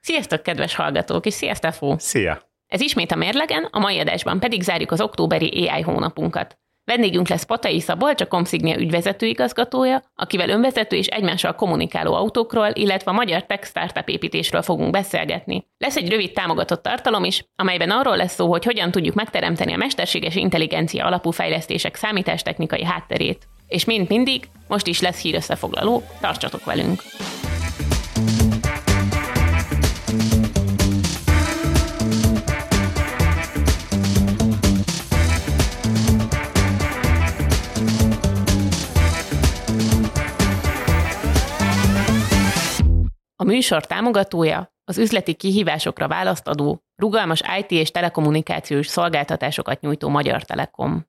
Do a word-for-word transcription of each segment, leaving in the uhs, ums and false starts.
Sziasztok, kedves hallgatók, és szia, Stefó! Szia! Ez ismét a Mérlegen, a mai adásban pedig zárjuk az októberi á i hónapunkat. Vendégünk lesz Patai Szabolcs, a Comsignia ügyvezető igazgatója, akivel önvezető és egymással kommunikáló autókról, illetve a magyar tech startup építésről fogunk beszélgetni. Lesz egy rövid támogatott tartalom is, amelyben arról lesz szó, hogy hogyan tudjuk megteremteni a mesterséges intelligencia alapú fejlesztések számítástechnikai hátterét. És mint mindig, most is lesz hírösszefoglaló, tartsatok velünk! A műsor támogatója az üzleti kihívásokra választ adó, rugalmas i té és telekommunikációs szolgáltatásokat nyújtó Magyar Telekom.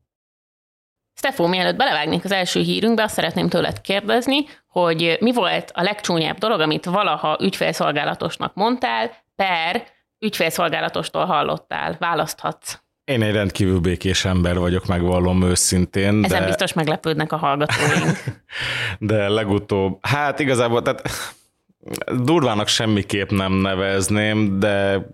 Stefó, mielőtt belevágnék az első hírünkbe, azt szeretném tőled kérdezni, hogy mi volt a legcsúnyább dolog, amit valaha ügyfélszolgálatosnak mondtál, per ügyfélszolgálatostól hallottál. Választhatsz. Én egy rendkívül békés ember vagyok, megvallom őszintén. Ezen de... biztos meglepődnek a hallgatóink. De legutóbb, hát igazából, tehát durvának semmiképp nem nevezném, de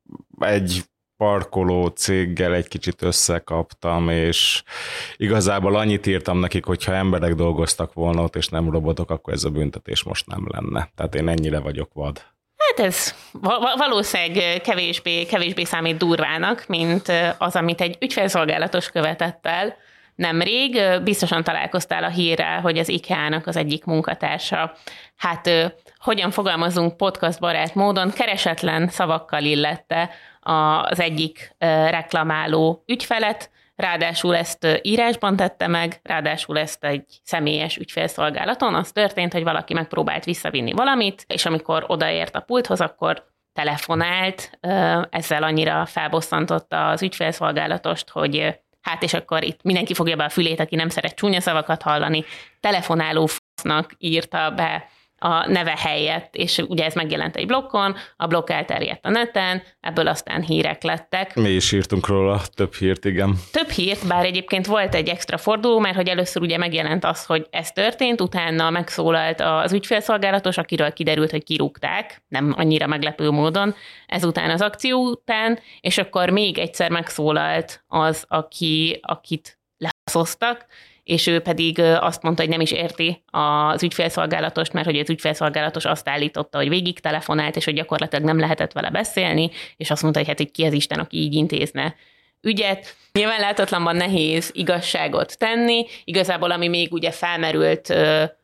egy parkoló céggel egy kicsit összekaptam, és igazából annyit írtam nekik, hogy ha emberek dolgoztak volna ott, és nem robotok, akkor ez a büntetés most nem lenne. Tehát én ennyire vagyok vad. Hát ez valószínűleg kevésbé, kevésbé számít durvának, mint az, amit egy ügyfélszolgálatos követett el nemrég. Biztosan találkoztál a hírrel, hogy az IKEA-nak az egyik munkatársa, hát hogyan fogalmazunk podcastbarát módon, keresetlen szavakkal illette az egyik reklamáló ügyfelet, ráadásul ezt írásban tette meg, ráadásul ezt egy személyes ügyfélszolgálaton. Az történt, hogy valaki megpróbált visszavinni valamit, és amikor odaért a pulthoz, akkor telefonált, ezzel annyira felbosszantotta az ügyfélszolgálatost, hogy hát és akkor itt mindenki fogja be a fülét, aki nem szeret csúnya szavakat hallani, telefonáló f***nak írta be a neve helyett, és ugye ez megjelent egy blokkon, a blokk elterjedt a neten, ebből aztán hírek lettek. Mi is írtunk róla több hírt, igen. Több hírt, bár egyébként volt egy extra forduló, mert hogy először ugye megjelent az, hogy ez történt, utána megszólalt az ügyfélszolgálatos, akiről kiderült, hogy kirúgták, nem annyira meglepő módon, ezután az akció után, és akkor még egyszer megszólalt az, aki, akit lehaszoztak, és ő pedig azt mondta, hogy nem is érti az ügyfélszolgálatost, mert hogy az ügyfélszolgálatos azt állította, hogy végig telefonált, és hogy gyakorlatilag nem lehetett vele beszélni, és azt mondta, hogy hát, hogy ki az Isten, aki így intézne ügyet. Nyilván láthatatlanban nehéz igazságot tenni, igazából ami még ugye felmerült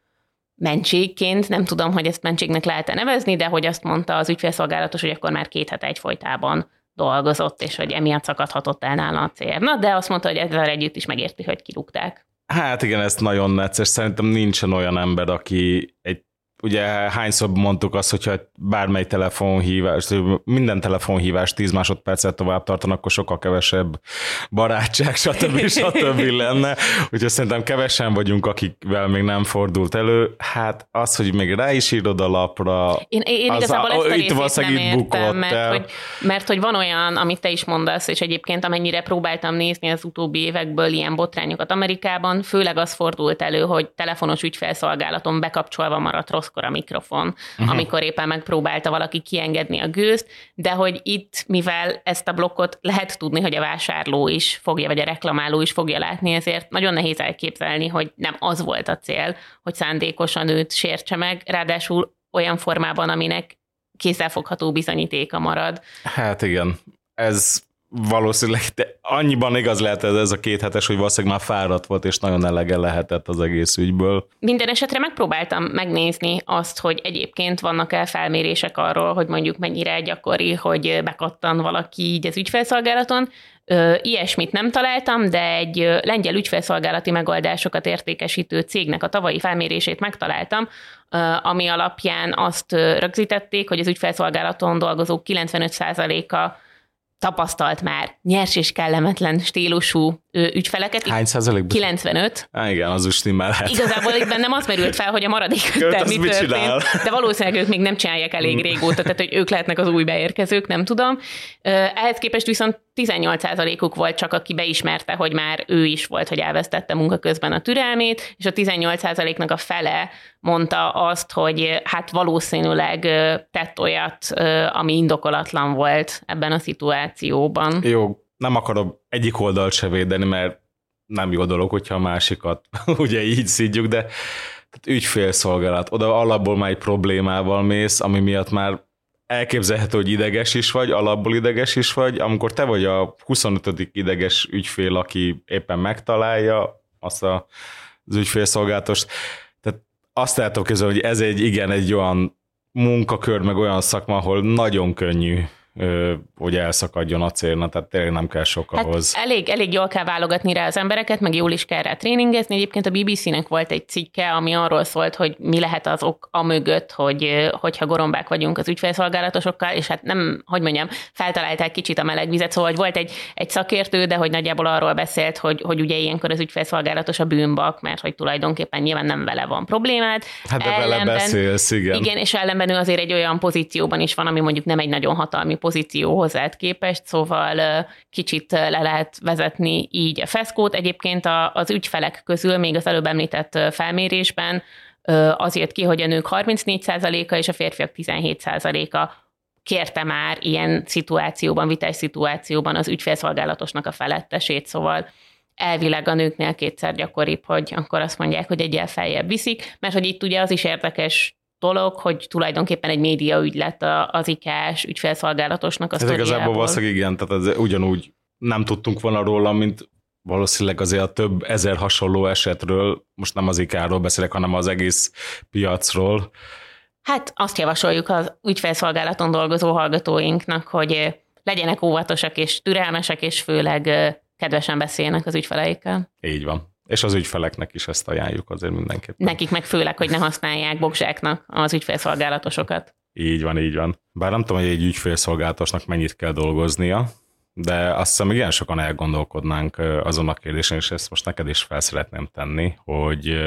mentségként, nem tudom, hogy ezt mentségnek lehet-e nevezni, de hogy azt mondta az ügyfélszolgálatos, hogy akkor már két hete egyfolytában dolgozott, és hogy emiatt szakadhatott el nála a cérna, de azt mondta, hogy ezzel együtt is megérti, hogy kirúgták. Hát igen, ezt nagyon necces. Szerintem nincsen olyan ember, aki egy, ugye hányszor mondtuk azt, hogyha bármely telefonhívás, minden telefonhívás tíz másodpercet tovább tartanak, akkor sokkal kevesebb barátság, stb. stb. lenne. Úgyhogy szerintem kevesen vagyunk, akikvel még nem fordult elő. Hát az, hogy még rá is írod a lapra, én, én igazából a, ezt a itt részét nem értem, mert el. hogy, mert hogy van olyan, amit te is mondasz, és egyébként amennyire próbáltam nézni az utóbbi évekből ilyen botrányokat Amerikában, főleg az fordult elő, hogy telefonos ügyfélszolgálaton bekapcsolva maradt rosszkor a mikrofon, uh-huh. amikor éppen megpróbálta valaki kiengedni a gőzt, de hogy itt, mivel ezt a blokkot lehet tudni, hogy a vásárló is fogja, vagy a reklamáló is fogja látni, ezért nagyon nehéz elképzelni, hogy nem az volt a cél, hogy szándékosan őt sértse meg, ráadásul olyan formában, aminek kézzelfogható bizonyítéka marad. Hát igen, ez valószínűleg, de annyiban igaz lehet ez, ez a két hetes, hogy valószínűleg már fáradt volt, és nagyon elege lehetett az egész ügyből. Minden esetre megpróbáltam megnézni azt, hogy egyébként vannak-e felmérések arról, hogy mondjuk mennyire gyakori, hogy bekattan valaki így az ügyfélszolgálaton. Ilyesmit nem találtam, de egy lengyel ügyfélszolgálati megoldásokat értékesítő cégnek a tavalyi felmérését megtaláltam, ami alapján azt rögzítették, hogy az ügyfélszolgálaton dolgozók kilencvenöt százaléka tapasztalt már nyers és kellemetlen stílusú ügyfeleket. Hány százalékban? kilencvenöt. Á, igen, az úgy stimmelhet. Igazából itt bennem az merült fel, hogy a maradék öttel mi történt, de valószínűleg ők még nem csinálják elég régóta, tehát hogy ők lehetnek az új beérkezők, nem tudom. Ehhez képest viszont tizennyolc százalékuk volt csak, aki beismerte, hogy már ő is volt, hogy elvesztette munka közben a türelmét, és a tizennyolc százaléknak a fele mondta azt, hogy hát valószínűleg tett olyat, ami indokolatlan volt ebben a szituációban. Jó, nem akarom egyik oldalt se védeni, mert nem jó dolog, hogyha a másikat ugye így szidjuk, de ügyfélszolgálat, oda alapból már egy problémával mész, ami miatt már elképzelhető, hogy ideges is vagy, alapból ideges is vagy, amikor te vagy a huszonötödik ideges ügyfél, aki éppen megtalálja azt a, az ügyfélszolgálatost. Tehát azt el tudom képzelni, hogy ez egy igen, egy olyan munkakör, meg olyan szakma, ahol nagyon könnyű, hogy elszakadjon a célna, tehát tényleg nem kell sok ahhoz. Hát elég, elég jól kell válogatni rá az embereket, meg jól is kell rá tréningezni. Egyébként a bé bé cé-nek volt egy cikke, ami arról szólt, hogy mi lehet az ok a mögött, hogy, hogyha gorombák vagyunk az ügyfélszolgálatosokkal, és hát nem, hogy mondjam, feltalálták kicsit a meleg vizet, szóval volt egy, egy szakértő, de hogy nagyjából arról beszélt, hogy, hogy ugye ilyenkor az ügyfélszolgálatos a bűnbak, mert hogy tulajdonképpen nyilván nem vele van problémád. Hát de ellenben, vele beszélsz, igen. Igen, és ellenben ő azért egy olyan pozícióban is van, ami mondjuk nem egy nagyon hatalmi pozíció hozzád képest, szóval kicsit le lehet vezetni így a feszkót. Egyébként az ügyfelek közül még az előbb említett felmérésben az jött ki, hogy a nők harmincnégy százaléka és a férfiak tizenhét százaléka kérte már ilyen szituációban, vitás szituációban az ügyfélszolgálatosnak a felettesét, szóval elvileg a nőknél kétszer gyakoribb, hogy akkor azt mondják, hogy egyel feljebb viszik, mert hogy itt ugye az is érdekes dolog, hogy tulajdonképpen egy média ügylet az ikás ügyfélszolgálatosnak a ez sztoriából. Igazából valószínűleg igen, tehát ez ugyanúgy nem tudtunk volna róla, mint valószínűleg azért a több ezer hasonló esetről, most nem az ikáról beszélek, hanem az egész piacról. Hát azt javasoljuk az ügyfélszolgálaton dolgozó hallgatóinknak, hogy legyenek óvatosak és türelmesek, és főleg kedvesen beszéljenek az ügyfeleikkel. Így van. És az ügyfeleknek is ezt ajánljuk azért mindenképpen. Nekik meg főleg, hogy ne használják bokzsáknak az ügyfélszolgálatosokat. Így van, így van. Bár nem tudom, hogy egy ügyfélszolgálatosnak mennyit kell dolgoznia, de azt hiszem, igen sokan elgondolkodnánk azon a kérdésen, és ezt most neked is fel szeretném tenni, hogy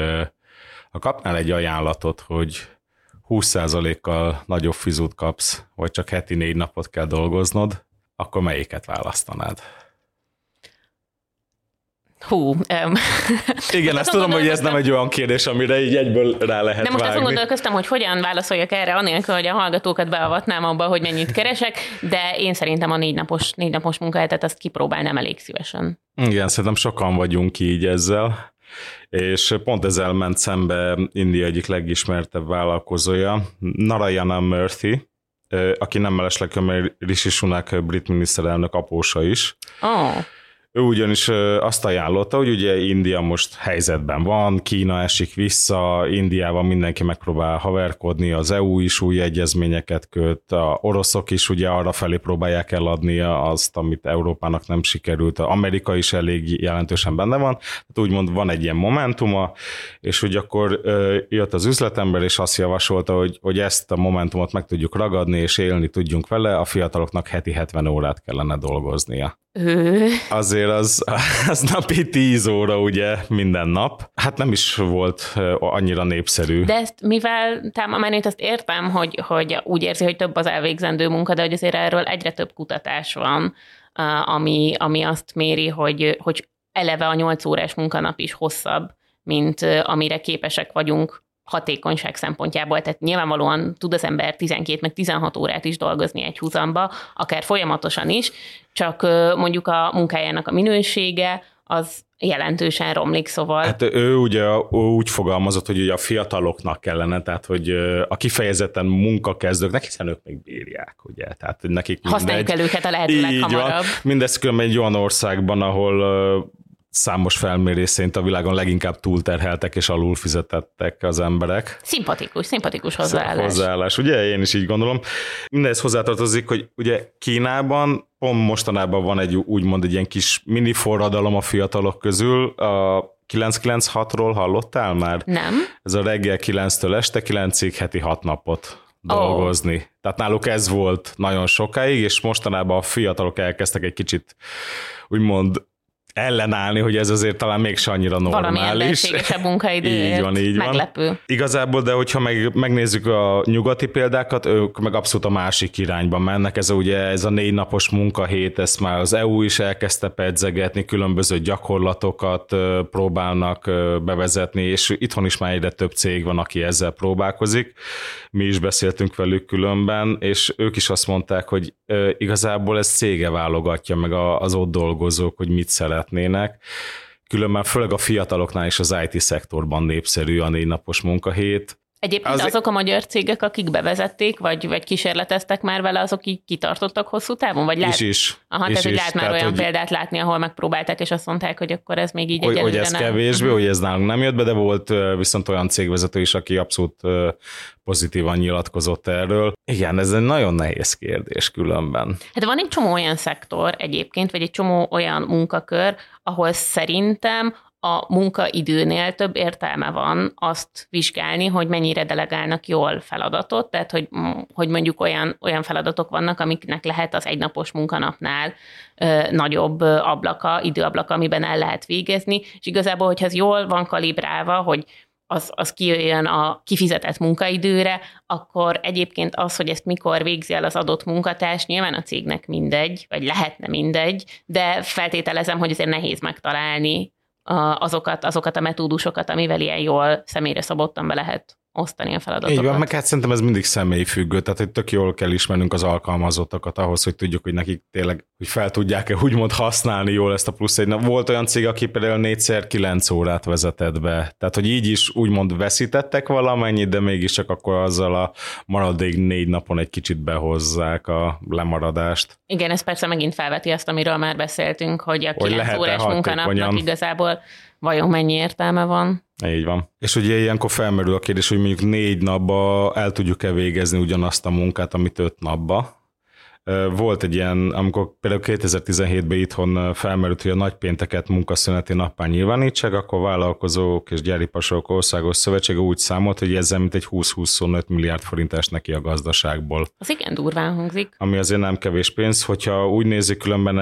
ha kapnál egy ajánlatot, hogy húsz százalékkal nagyobb fizut kapsz, vagy csak heti négy napot kell dolgoznod, akkor melyiket választanád? Hú. Um, Igen, ezt tudom, hogy ez nem egy olyan kérdés, amire így egyből rá lehet De most vágni. azt gondolkoztam, hogy hogyan válaszoljak erre, anélkül, hogy a hallgatókat beavatnám abba, hogy mennyit keresek, de én szerintem a négy napos, négy napos munkahetet azt kipróbálnám elég szívesen. Igen, szerintem sokan vagyunk így ezzel, és pont ezzel ment szembe India egyik legismertebb vállalkozója, Narayana Murthy, aki nem mellesleg Rishi Sunak brit miniszterelnök apósa is. Oh. Ő ugyanis azt ajánlotta, hogy ugye India most helyzetben van, Kína esik vissza, Indiában mindenki megpróbál haverkodni, az é u is új egyezményeket köt, a oroszok is ugye arra felé próbálják eladni azt, amit Európának nem sikerült, Amerika is elég jelentősen benne van, tehát úgymond van egy ilyen momentuma, és hogy akkor jött az üzletember, és azt javasolta, hogy, hogy ezt a momentumot meg tudjuk ragadni, és élni tudjunk vele, a fiataloknak heti hetven órát kellene dolgoznia. Ő. Azért az, az napi tíz óra, ugye, minden nap. Hát nem is volt annyira népszerű. De ezt mivel támamenőt azt értem, hogy, hogy úgy érzi, hogy több az elvégzendő munka, de hogy azért erről egyre több kutatás van, ami, ami azt méri, hogy, hogy eleve a nyolc órás munkanap is hosszabb, mint amire képesek vagyunk hatékonyság szempontjából, tehát nyilvánvalóan tud az ember tizenkét meg tizenhat órát is dolgozni egy húzamba, akár folyamatosan is, csak mondjuk a munkájának a minősége az jelentősen romlik, szóval. Hát ő ugye úgy fogalmazott, hogy ugye a fiataloknak kellene, tehát hogy a kifejezetten munkakezdőknek, hiszen ők még bírják, ugye, tehát nekik mindegy. Használjuk el őket a lehető leghamarabb. Mindez különben egy olyan országban, ahol számos felmérés szerint a világon leginkább túlterheltek és alul fizetettek az emberek. Szimpatikus, szimpatikus hozzáállás. Hozzáállás, ugye? Én is így gondolom. Mindez hozzátartozik, hogy ugye Kínában pont mostanában van egy úgymond egy ilyen kis mini forradalom a fiatalok közül. A kilenc kilenc hatról hallottál már? Nem. Ez a reggel kilenctől este kilencig heti hat napot dolgozni. Oh. Tehát náluk ez volt nagyon sokáig, és mostanában a fiatalok elkezdtek egy kicsit úgymond ellenállni, hogy ez azért talán mégse annyira normális. Valami emberségesebb munkaidőért. Így van, így van. Meglepő. Igazából, de hogyha meg, megnézzük a nyugati példákat, ők meg abszolút a másik irányban mennek. Ez a, ugye ez a négy napos munkahét, ezt már az é u is elkezdte pedzegetni, különböző gyakorlatokat próbálnak bevezetni, és itthon is már egyre több cég van, aki ezzel próbálkozik. Mi is beszéltünk velük különben, és ők is azt mondták, hogy igazából ez cége válogatja meg az ott dolgozók, hogy mit szeretnének. Különben főleg a fiataloknál is az í té-szektorban népszerű a négy napos munkahét. Egyébként az azok a magyar cégek, akik bevezették, vagy, vagy kísérleteztek már vele, azok így kitartottak hosszú távon? Vagy lát... Is is. Aha, is tehát, hogy is. lehet már tehát, olyan hogy... példát látni, ahol megpróbálták, és azt mondták, hogy akkor ez még így hogy, egyelőre hogy ez nem. kevésbé, hogy ez nálunk nem jött be, de volt viszont olyan cégvezető is, aki abszolút pozitívan nyilatkozott erről. Igen, ez egy nagyon nehéz kérdés különben. Hát van egy csomó olyan szektor egyébként, vagy egy csomó olyan munkakör, ahol szerintem a munkaidőnél több értelme van azt vizsgálni, hogy mennyire delegálnak jól feladatot, tehát hogy, hogy mondjuk olyan, olyan feladatok vannak, amiknek lehet az egynapos munkanapnál ö, nagyobb ablaka, időablaka, amiben el lehet végezni, és igazából, hogyha ez jól van kalibrálva, hogy az, az kijöjjön a kifizetett munkaidőre, akkor egyébként az, hogy ezt mikor végzi el az adott munkatárs, nyilván a cégnek mindegy, vagy lehetne mindegy, de feltételezem, hogy azért nehéz megtalálni azokat, azokat a metódusokat, amivel ilyen jól személyre szabottan be lehet osztani a feladatokat. Így van, meg hát szerintem ez mindig személyfüggő, tehát hogy tök jól kell ismernünk az alkalmazottakat ahhoz, hogy tudjuk, hogy nekik tényleg, hogy fel tudják-e úgymond használni jól ezt a plusz egy nap. Volt olyan cég, aki például négyszer kilenc órát vezetett be, tehát hogy így is úgymond veszítettek valamennyit, de mégiscsak akkor azzal a maradék négy napon egy kicsit behozzák a lemaradást. Igen, ez persze megint felveti azt, amiről már beszéltünk, hogy a kilenc órás munkanapnak hatékonyan. Igazából vajon mennyi értelme van. Így van. És ugye ilyenkor felmerül a kérdés, hogy mondjuk négy napba el tudjuk-e végezni ugyanazt a munkát, amit öt napba. Volt egy ilyen, amikor például kétezer-tizenhétben itthon felmerült, hogy a nagypénteket munkaszüneti nappá nyilvánítsák, akkor vállalkozók és gyáripasok országos szövetsége úgy számolt, hogy ezzel mint egy húsz-huszonöt milliárd forint esnek neki a gazdaságból. Az igen durván hangzik. Ami azért nem kevés pénz, hogyha úgy nézzük különben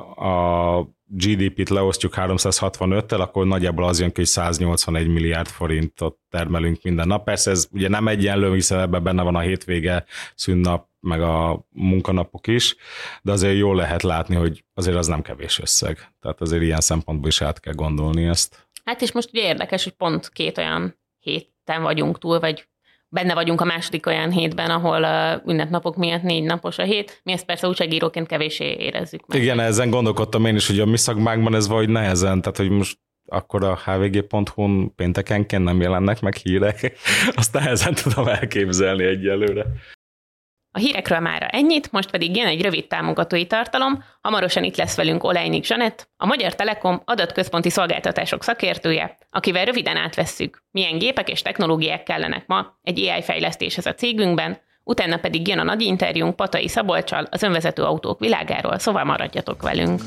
a gé dé pét leosztjuk háromszázhatvanöttel, akkor nagyjából az jön ki, hogy száznyolcvanegy milliárd forintot termelünk minden nap. Persze ez ugye nem egyenlő, hiszen ebben benne van a hétvége, szünnap, meg a munkanapok is, de azért jól lehet látni, hogy azért az nem kevés összeg. Tehát azért ilyen szempontból is át kell gondolni ezt. Hát és most ugye érdekes, hogy pont két olyan héten vagyunk túl, vagy benne vagyunk a második olyan hétben, ahol a ünnepnapok miatt négy napos a hét. Mi ezt persze újságíróként kevéssé érezzük meg. Igen, ezen gondolkodtam én is, hogy a mi szakmákban ez vagy nehezen, tehát hogy most akkor a há vé gé pont hu-n péntekenként nem jelennek meg hírek. Azt nehezen tudom elképzelni egyelőre. A hírekről mára ennyit, most pedig jön egy rövid támogatói tartalom. Hamarosan itt lesz velünk Olejnik Zsanett, a Magyar Telekom adatközponti szolgáltatások szakértője, akivel röviden átvesszük, milyen gépek és technológiák kellenek ma egy á i fejlesztéshez a cégünkben, utána pedig jön a nagy interjúnk Patai Szabolccsal az önvezető autók világáról, szóval maradjatok velünk.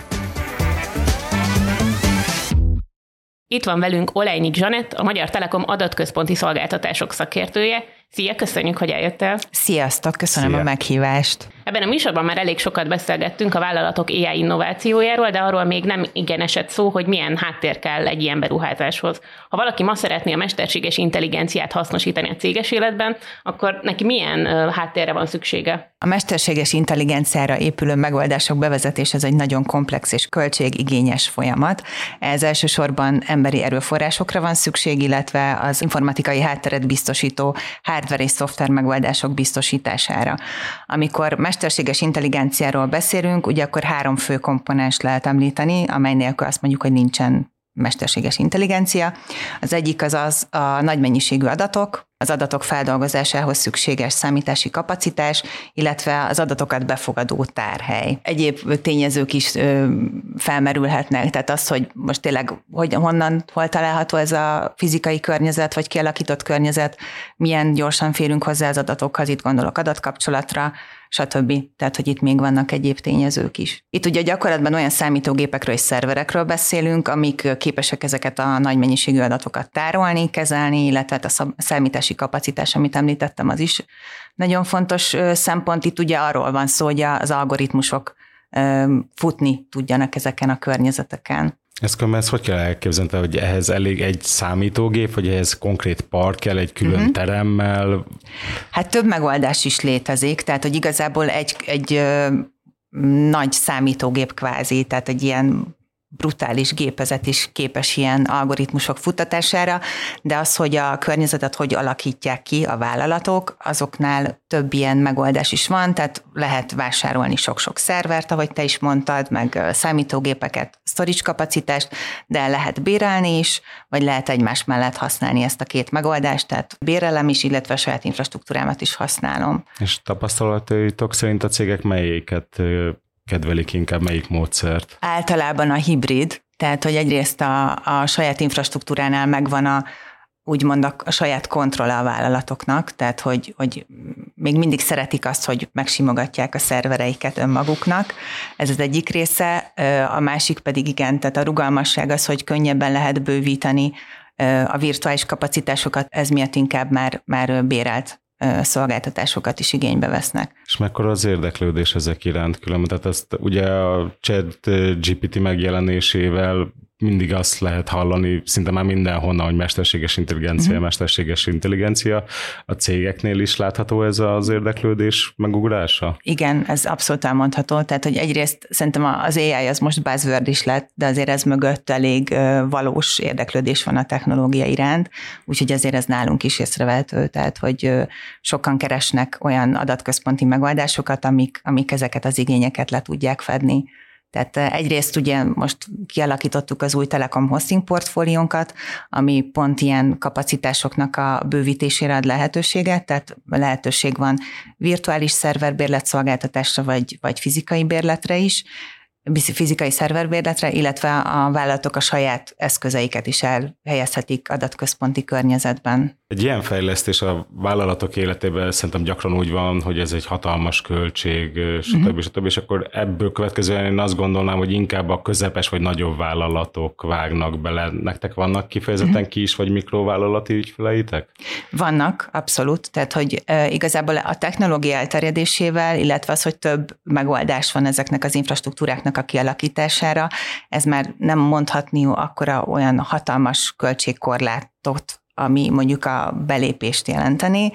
Itt van velünk Olejnik Zsanett, a Magyar Telekom adatközponti szolgáltatások szakértője. Szia, köszönjük, hogy eljöttél. Sziasztok, köszönöm Szia. a meghívást. Ebben a műsorban már elég sokat beszélgettünk a vállalatok á i innovációjáról, de arról még nem igen esett szó, hogy milyen háttér kell egy ilyen beruházáshoz. Ha valaki ma szeretné a mesterséges intelligenciát hasznosítani a céges életben, akkor neki milyen háttérre van szüksége? A mesterséges intelligenciára épülő megoldások bevezetése ez egy nagyon komplex és költségigényes folyamat. Ez elsősorban emberi erőforrásokra van szükség, illetve az informatikai hátteret biztosító hardware és szoftver megoldások biztosítására. Amikor mesterséges intelligenciáról beszélünk, ugye akkor három fő komponens lehet említeni, amely nélkül azt mondjuk, hogy nincsen mesterséges intelligencia. Az egyik az az a nagy mennyiségű adatok, az adatok feldolgozásához szükséges számítási kapacitás, illetve az adatokat befogadó tárhely. Egyéb tényezők is ö, felmerülhetnek, tehát az, hogy most tényleg hogy, honnan, hol található ez a fizikai környezet, vagy kialakított környezet, milyen gyorsan férünk hozzá az adatokhoz, itt gondolok adatkapcsolatra, stb. Tehát, hogy itt még vannak egyéb tényezők is. Itt ugye gyakorlatban olyan számítógépekről és szerverekről beszélünk, amik képesek ezeket a nagy mennyiségű adatokat tárolni, kezelni, illetve a számítási kapacitás, amit említettem, az is nagyon fontos szempont. Itt ugye arról van szó, hogy az algoritmusok futni tudjanak ezeken a környezeteken. Ezt, ezt hogy kell elképzelni, hogy ehhez elég egy számítógép, vagy ehhez konkrét park kell, egy külön uh-huh. teremmel? Hát több megoldás is létezik, tehát hogy igazából egy, egy ö, nagy számítógép kvázi, tehát egy ilyen brutális gépezet is képes ilyen algoritmusok futtatására, de az, hogy a környezetet hogy alakítják ki a vállalatok, azoknál több ilyen megoldás is van, tehát lehet vásárolni sok-sok szervert, ahogy te is mondtad, meg számítógépeket, storage kapacitást, de lehet bérelni is, vagy lehet egymás mellett használni ezt a két megoldást, tehát bérelem is, illetve a saját infrastruktúrámat is használom. És tapasztalataitok szerint a cégek melyiket kedvelik inkább, melyik módszert? Általában a hibrid, tehát hogy egyrészt a, a saját infrastruktúránál megvan a úgymond a, a saját kontrolla a vállalatoknak, tehát hogy, hogy még mindig szeretik azt, hogy megsimogatják a szervereiket önmaguknak. Ez az egyik része, a másik pedig igen, tehát a rugalmasság az, hogy könnyebben lehet bővíteni a virtuális kapacitásokat, ez miatt inkább már, már bérelt szolgáltatásokat is igénybe vesznek. És mekkora az érdeklődés ezek iránt különben? Tehát ezt ugye a ChatGPT megjelenésével mindig azt lehet hallani, szinte már mindenhonnan, hogy mesterséges intelligencia, uh-huh. mesterséges intelligencia. A cégeknél is látható ez az érdeklődés megugrása? Igen, ez abszolút elmondható. Tehát, hogy egyrészt szerintem az á i az most buzzword is lett, de azért ez mögött elég valós érdeklődés van a technológia iránt, úgyhogy azért ez nálunk is észrevehető. Tehát, hogy sokan keresnek olyan adatközponti megoldásokat, amik, amik ezeket az igényeket le tudják fedni. Tehát egyrészt ugye most kialakítottuk az új Telekom hosting portfóliónkat, ami pont ilyen kapacitásoknak a bővítésére ad lehetőséget, tehát lehetőség van virtuális szerverbérlet szolgáltatásra, vagy, vagy fizikai bérletre is, fizikai szerverbérletre, illetve a vállalatok a saját eszközeiket is elhelyezhetik adatközponti környezetben. Egy ilyen fejlesztés a vállalatok életében szerintem gyakran úgy van, hogy ez egy hatalmas költség, stb. Uh-huh. stb. És akkor ebből következően én azt gondolnám, hogy inkább a közepes vagy nagyobb vállalatok vágnak bele. Nektek vannak kifejezetten uh-huh. kis vagy mikrovállalati ügyfeleitek? Vannak, abszolút. Tehát, hogy e, igazából a technológia elterjedésével, illetve az, hogy több megoldás van ezeknek az infrastruktúráknak a kialakítására, ez már nem mondhatni akkora olyan hatalmas költségkorlátot, ami mondjuk a belépést jelenteni.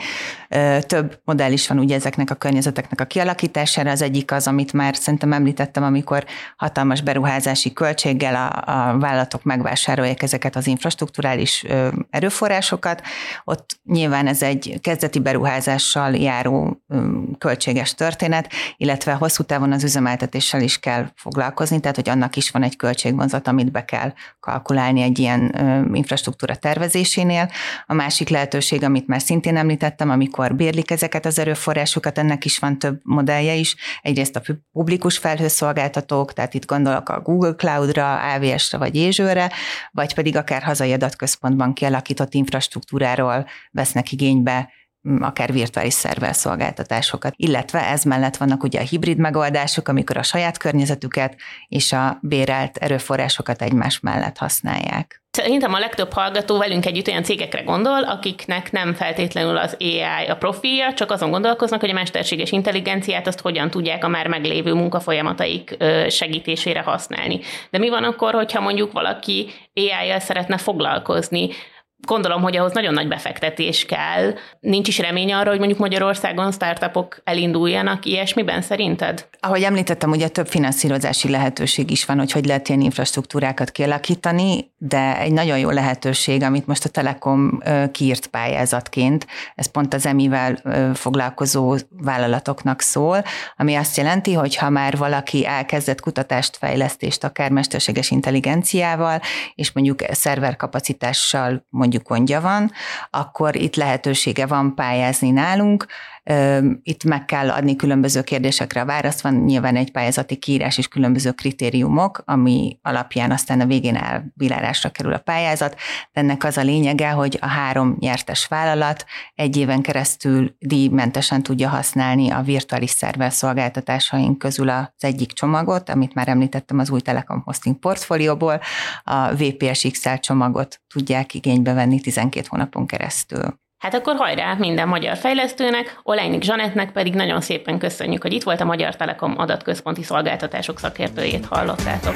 Több modell is van ugye ezeknek a környezeteknek a kialakítására. Az egyik az, amit már szerintem említettem, amikor hatalmas beruházási költséggel a, a vállalatok megvásárolják ezeket az infrastrukturális erőforrásokat. Ott nyilván ez egy kezdeti beruházással járó költséges történet, illetve hosszú távon az üzemeltetéssel is kell foglalkozni, tehát hogy annak is van egy költségvonzat, amit be kell kalkulálni egy ilyen infrastruktúra tervezésénél. A másik lehetőség, amit már szintén említettem, amikor bérlik ezeket az erőforrásokat, ennek is van több modellje is. Egyrészt a publikus felhőszolgáltatók, tehát itt gondolok a Google Cloudra, á vé es-re vagy Azure-re, vagy pedig akár hazai adatközpontban kialakított infrastruktúráról vesznek igénybe akár virtuális szerverszolgáltatásokat. Illetve ez mellett vannak ugye a hibrid megoldások, amikor a saját környezetüket és a bérelt erőforrásokat egymás mellett használják. Szerintem a legtöbb hallgató velünk együtt olyan cégekre gondol, akiknek nem feltétlenül az á i a profilja, csak azon gondolkoznak, hogy a mesterséges intelligenciát azt hogyan tudják a már meglévő munkafolyamataik segítésére használni. De mi van akkor, hogyha mondjuk valaki á i-jal szeretne foglalkozni? Gondolom, hogy ahhoz nagyon nagy befektetés kell. Nincs is remény arra, hogy mondjuk Magyarországon startupok elinduljanak ilyesmiben szerinted? Ahogy említettem, ugye több finanszírozási lehetőség is van, hogy hogy lehet ilyen infrastruktúrákat kialakítani, de egy nagyon jó lehetőség, amit most a Telekom kiírt pályázatként, ez pont az em i-vel foglalkozó vállalatoknak szól, ami azt jelenti, hogy ha már valaki elkezdett kutatást, fejlesztést, akár mesterséges intelligenciával, és mondjuk szerverkapacitással mondjuk gondja van, akkor itt lehetősége van pályázni nálunk. Itt meg kell adni különböző kérdésekre a választ, van nyilván egy pályázati kiírás és különböző kritériumok, ami alapján aztán a végén elbírálásra kerül a pályázat. De ennek az a lényege, hogy a három nyertes vállalat egy éven keresztül díjmentesen tudja használni a virtuális szerver szolgáltatásaink közül az egyik csomagot, amit már említettem az új Telekom hosting portfólióból, a vé pé es iksz el csomagot tudják igénybe venni tizenkét hónapon keresztül. Hát akkor hajrá minden magyar fejlesztőnek, Olejnik Zsanettnek pedig nagyon szépen köszönjük, hogy itt volt, a Magyar Telekom adatközponti szolgáltatások szakértőjét hallottátok.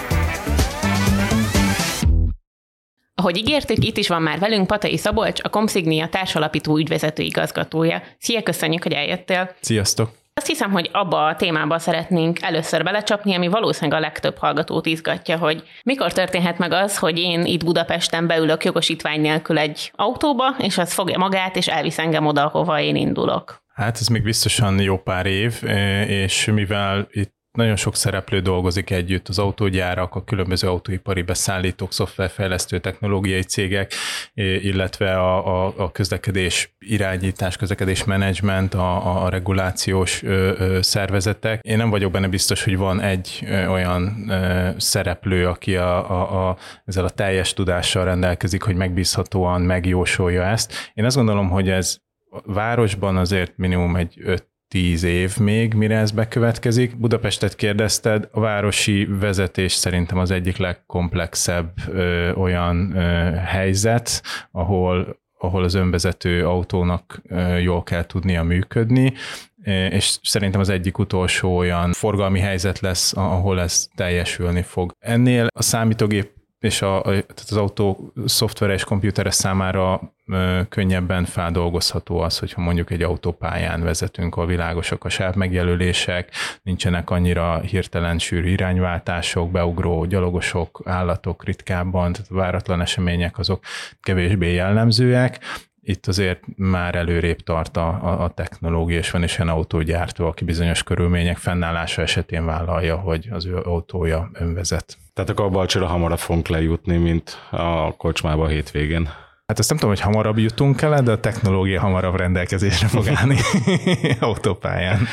Ahogy ígértük, itt is van már velünk Patai Szabolcs, a Comsignia társalapító ügyvezető igazgatója. Szia, köszönjük, hogy eljöttél. Sziasztok! Azt hiszem, hogy abba a témába szeretnénk először belecsapni, ami valószínűleg a legtöbb hallgatót izgatja, hogy mikor történhet meg az, hogy én itt Budapesten beülök jogosítvány nélkül egy autóba, és az fogja magát, és elvisz engem oda, ahova én indulok. Hát ez még biztosan jó pár év, és mivel itt nagyon sok szereplő dolgozik együtt, az autógyárak, a különböző autóipari beszállítók, szoftverfejlesztő, technológiai cégek, illetve a, a, a közlekedés irányítás, közlekedés menedzsment, a, a regulációs ö, ö, szervezetek. Én nem vagyok benne biztos, hogy van egy ö, olyan ö, szereplő, aki a, a, a, ezzel a teljes tudással rendelkezik, hogy megbízhatóan megjósolja ezt. Én azt gondolom, hogy ez a városban azért minimum egy öt tíz év még, mire ez bekövetkezik. Budapestet kérdezted, a városi vezetés szerintem az egyik legkomplexebb ö, olyan ö, helyzet, ahol, ahol az önvezető autónak ö, jól kell tudnia működni, és szerintem az egyik utolsó olyan forgalmi helyzet lesz, ahol ez teljesülni fog. Ennél a számítógép és a, tehát az autó szoftveres, komputeres számára ö, könnyebben feldolgozható az, hogyha mondjuk egy autópályán vezetünk, ahol világosak a sávmegjelölések, nincsenek annyira hirtelen sűrű irányváltások, beugró gyalogosok, állatok ritkábban, tehát a váratlan események azok kevésbé jellemzőek. Itt azért már előrébb tart a, a technológia, és van is olyan autógyártó, aki bizonyos körülmények fennállása esetén vállalja, hogy az ő autója önvezet. Tehát akkor a Balcsira hamarabb fogunk lejutni, mint a kocsmába a hétvégén. Hát azt nem tudom, hogy hamarabb jutunk el, de a technológia hamarabb rendelkezésre fog állni autópályán.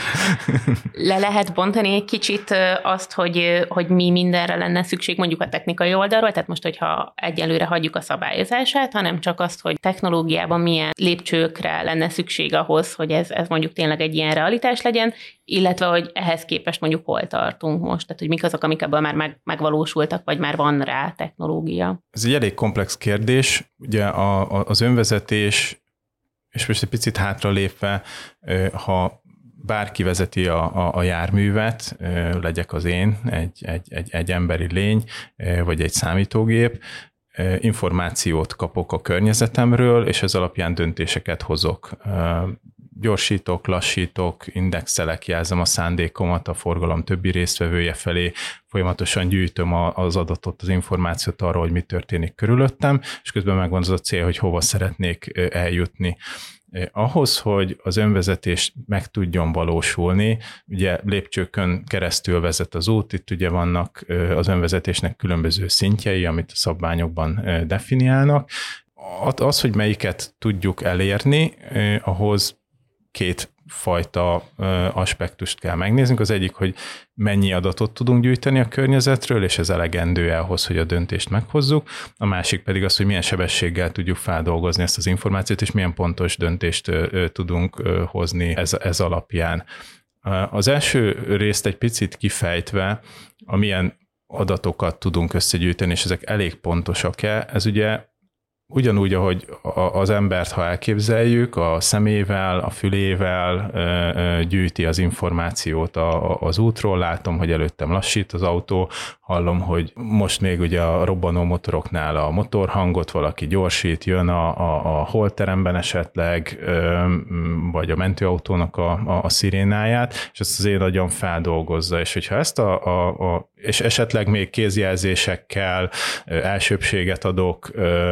Le lehet bontani egy kicsit azt, hogy, hogy mi mindenre lenne szükség mondjuk a technikai oldalról, tehát most, hogyha egyelőre hagyjuk a szabályozását, hanem csak azt, hogy technológiában milyen lépcsőkre lenne szükség ahhoz, hogy ez, ez mondjuk tényleg egy ilyen realitás legyen, illetve hogy ehhez képest mondjuk hol tartunk most, tehát hogy mik azok, amik ebből már meg, megvalósultak, vagy már van rá technológia. Ez egy elég komplex kérdés. Ugye a, a, az önvezetés, és most egy picit hátralépve, ha bárki vezeti a, a, a járművet, legyek az én, egy, egy, egy, egy emberi lény, vagy egy számítógép, információt kapok a környezetemről, és ez alapján döntéseket hozok. Gyorsítok, lassítok, indexelek, jelzem a szándékomat a forgalom többi résztvevője felé, folyamatosan gyűjtöm az adatot, az információt arról, hogy mi történik körülöttem, és közben megvan az a cél, hogy hova szeretnék eljutni. Ahhoz, hogy az önvezetés meg tudjon valósulni, ugye lépcsőkön keresztül vezet az út, itt ugye vannak az önvezetésnek különböző szintjei, amit a szabványokban definiálnak. Az, hogy melyiket tudjuk elérni, ahhoz két fajta aspektust kell megnéznünk. Az egyik, hogy mennyi adatot tudunk gyűjteni a környezetről, és ez elegendő ahhoz, hogy a döntést meghozzuk. A másik pedig az, hogy milyen sebességgel tudjuk feldolgozni ezt az információt, és milyen pontos döntést tudunk hozni ez, ez alapján. Az első részt egy picit kifejtve, amilyen adatokat tudunk összegyűjteni, és ezek elég pontosak-e, ez ugye ugyanúgy, ahogy az embert, ha elképzeljük, a szemével, a fülével gyűjti az információt az útról, látom, hogy előttem lassít az autó, hallom, hogy most még ugye a robbanó motoroknál a motorhangot, valaki gyorsít, jön a, a, a holteremben esetleg, vagy a mentőautónak a, a, a szirénáját, és ezt az én agyam feldolgozza, és hogyha ezt a, a, a és esetleg még kézjelzésekkel elsőbséget adok,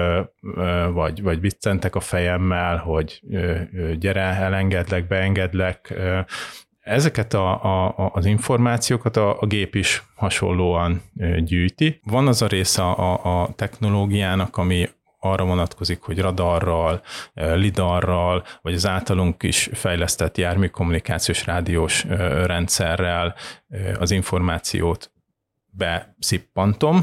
vagy, vagy viccentek a fejemmel, hogy gyere, elengedlek, beengedlek. Ezeket a, a, az információkat a, a gép is hasonlóan gyűjti. Van az a része a, a technológiának, ami arra vonatkozik, hogy radarral, lidarral, vagy az általunk is fejlesztett járműkommunikációs rádiós rendszerrel az információt beszippantom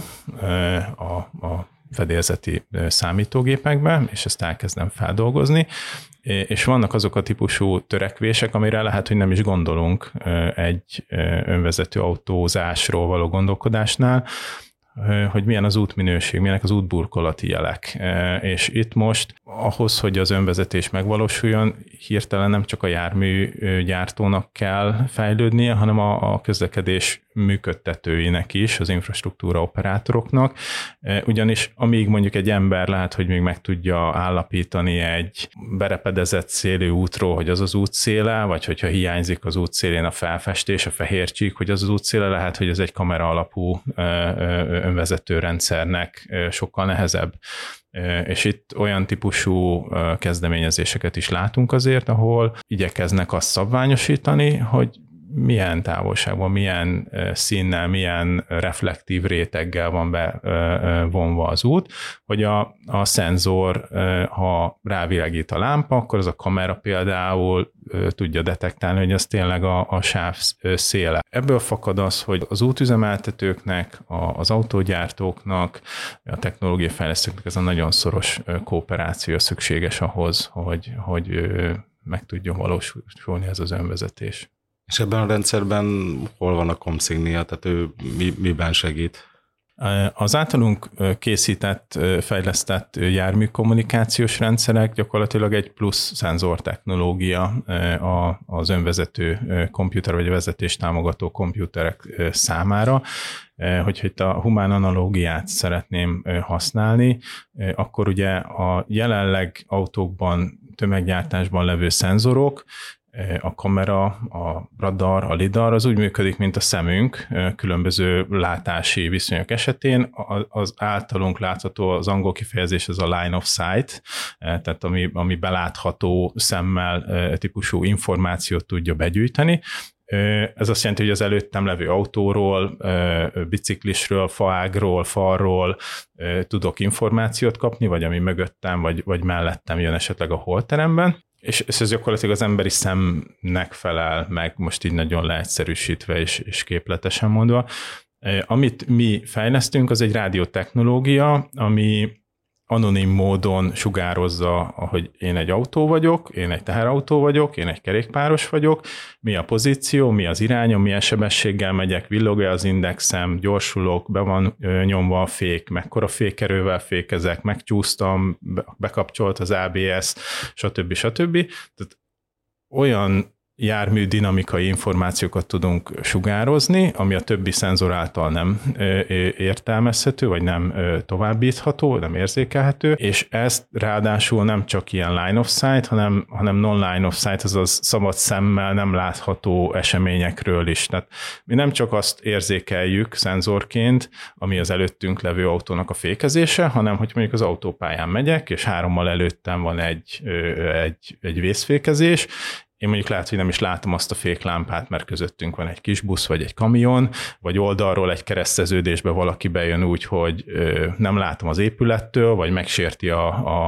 a, a fedélzeti számítógépekbe, és ezt elkezdem feldolgozni, és vannak azok a típusú törekvések, amire lehet, hogy nem is gondolunk egy önvezető autózásról való gondolkodásnál, hogy milyen az útminőség, milyenek az útburkolati jelek. És itt most ahhoz, hogy az önvezetés megvalósuljon, hirtelen nem csak a járműgyártónak kell fejlődnie, hanem a, a közlekedés működtetőinek is, az infrastruktúra operátoroknak, ugyanis amíg mondjuk egy ember lehet, hogy még meg tudja állapítani egy berepedezett szélű útról, hogy az az útszéle, vagy hogyha hiányzik az útszélén a felfestés, a fehér csík, hogy az az útszéle, lehet, hogy ez egy kamera alapú önvezető rendszernek sokkal nehezebb. És itt olyan típusú kezdeményezéseket is látunk azért, ahol igyekeznek azt szabványosítani, hogy milyen távolságban, milyen színnel, milyen reflektív réteggel van bevonva az út, hogy a, a szenzor, ha rávilágít a lámpa, akkor az a kamera például tudja detektálni, hogy az tényleg a, a sáv széle. Ebből fakad az, hogy az útüzemeltetőknek, az autógyártóknak, a technológiai fejlesztőknek ez a nagyon szoros kooperáció szükséges ahhoz, hogy, hogy meg tudjon valósulni ez az önvezetés. És ebben a rendszerben hol van a Comsignia, tehát ő mi, miben segít? Az általunk készített, fejlesztett járműkommunikációs rendszerek gyakorlatilag egy plusz szenzor technológia az önvezető komputer vagy vezetés támogató komputerek számára. Hogyha itt a humán analógiát szeretném használni, akkor ugye a jelenleg autókban, tömeggyártásban levő szenzorok, a kamera, a radar, a lidar az úgy működik, mint a szemünk különböző látási viszonyok esetén. Az általunk látható, az angol kifejezés az a line of sight, tehát ami, ami belátható szemmel típusú információt tudja begyűjteni. Ez azt jelenti, hogy az előttem levő autóról, biciklisről, faágról, falról tudok információt kapni, vagy ami mögöttem, vagy, vagy mellettem jön esetleg a holteremben. És ez gyakorlatilag az emberi szemnek felel meg, most így nagyon leegyszerűsítve és, és képletesen mondva. Amit mi fejlesztünk, az egy rádiótechnológia, ami anonim módon sugározza, hogy én egy autó vagyok, én egy teherautó vagyok, én egy kerékpáros vagyok, mi a pozíció, mi az irányom, milyen sebességgel megyek, villog-e az indexem, gyorsulok, be van nyomva a fék, mekkora fékerővel fékezek, megcsúsztam, bekapcsolt az á bé es, stb. stb. Tehát olyan jármű dinamikai információkat tudunk sugározni, ami a többi szenzor által nem értelmezhető, vagy nem továbbítható, nem érzékelhető, és ezt ráadásul nem csak ilyen line of sight, hanem, hanem non-line of sight, azaz szabad szemmel nem látható eseményekről is. Tehát mi nem csak azt érzékeljük szenzorként, ami az előttünk levő autónak a fékezése, hanem hogy mondjuk az autópályán megyek, és hárommal előttem van egy, egy, egy vészfékezés, én mondjuk lehet, hogy nem is látom azt a féklámpát, mert közöttünk van egy kis busz, vagy egy kamion, vagy oldalról egy kereszteződésbe valaki bejön úgy, hogy nem látom az épülettől, vagy megsérti a,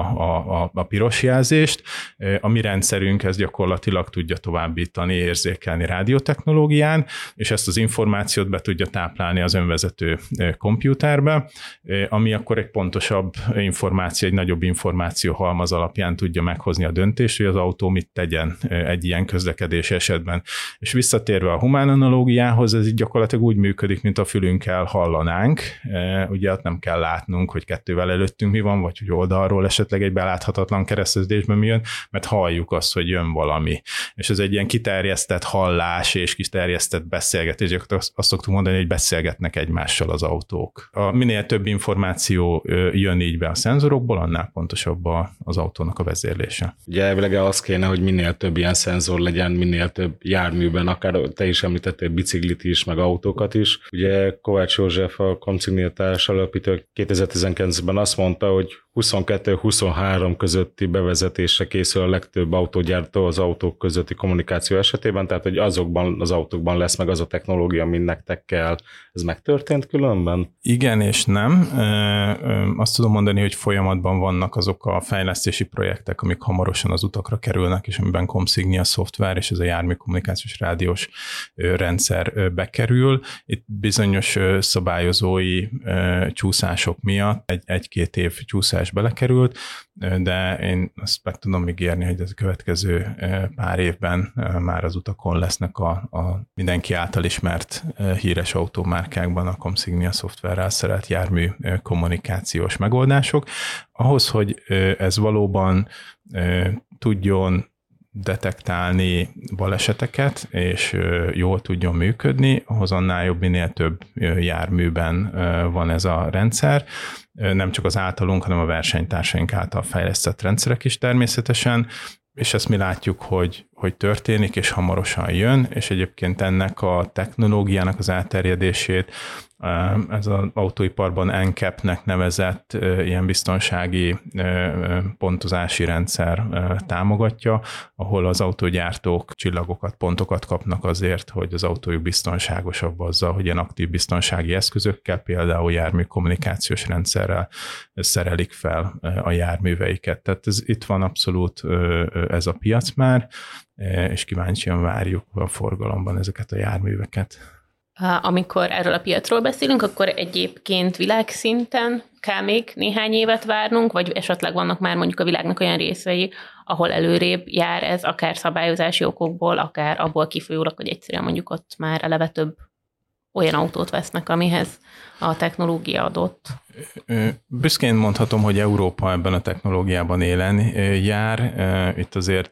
a, a, a piros jelzést. A mi rendszerünk ezt gyakorlatilag tudja továbbítani, érzékelni rádiótechnológián, és ezt az információt be tudja táplálni az önvezető komputerbe, ami akkor egy pontosabb információ, egy nagyobb információ halmaz alapján tudja meghozni a döntést, hogy az autó mit tegyen egy ilyen közlekedés esetben. És visszatérve a humán analógiához, ez így gyakorlatilag úgy működik, mint a fülünkkel hallanánk. Ugye ott nem kell látnunk, hogy kettővel előttünk mi van, vagy hogy oldalról esetleg egy beláthatatlan kereszteződésben mi jön, mert halljuk azt, hogy jön valami. És ez egy ilyen kiterjesztett hallás és kiterjesztett beszélgetés. Azt, azt szoktuk mondani, hogy beszélgetnek egymással az autók. A minél több információ jön így be a szenzorokból, annál pontosabb az autónak a vezérlése. Ugye elvileg az kéne, hogy minél több ilyen szenzor legyen, minél több járműben, akár te is említettél biciklit is, meg autókat is. Ugye Kovács József, a Comsignia társalapító kétezer-tizenkilencben azt mondta, hogy huszonkettő-huszonhárom közötti bevezetésre készül a legtöbb autógyártó az autók közötti kommunikáció esetében, tehát hogy azokban az autókban lesz meg az a technológia, ami nektek kell. Ez megtörtént különben? Igen és nem. Azt tudom mondani, hogy folyamatban vannak azok a fejlesztési projektek, amik hamarosan az utakra kerülnek, és amiben Comsignia szoftver és ez a jármű kommunikációs rádiós rendszer bekerül. Itt bizonyos szabályozói csúszások miatt, egy, egy-két év csúszás is belekerült, de én azt meg tudom ígérni, hogy ez a következő pár évben már az utakon lesznek a, a mindenki által ismert híres autómárkákban a Comsignia szoftverrel szerelt jármű kommunikációs megoldások. Ahhoz, hogy ez valóban tudjon detektálni baleseteket, és jól tudjon működni, ahhoz annál jobb, minél több járműben van ez a rendszer. Nem csak az általunk, hanem a versenytársaink által fejlesztett rendszerek is természetesen, és ezt mi látjuk, hogy, hogy történik, és hamarosan jön, és egyébként ennek a technológiának az elterjedését ez az autóiparban en cé á pé-nek nevezett ilyen biztonsági pontozási rendszer támogatja, ahol az autógyártók csillagokat, pontokat kapnak azért, hogy az autójuk biztonságosabb azzal, hogy ilyen aktív biztonsági eszközökkel, például jármű kommunikációs rendszerrel szerelik fel a járműveiket. Tehát ez, itt van abszolút ez a piac már, és kíváncsian várjuk a forgalomban ezeket a járműveket. Amikor erről a piacról beszélünk, akkor egyébként világszinten kell még néhány évet várnunk, vagy esetleg vannak már mondjuk a világnak olyan részei, ahol előrébb jár ez, akár szabályozási okokból, akár abból kifolyólag, hogy egyszerűen mondjuk ott már eleve több olyan autót vesznek, amihez a technológia adott. Büszkén mondhatom, hogy Európa ebben a technológiában élen jár. Itt azért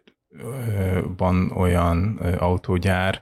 van olyan autógyár,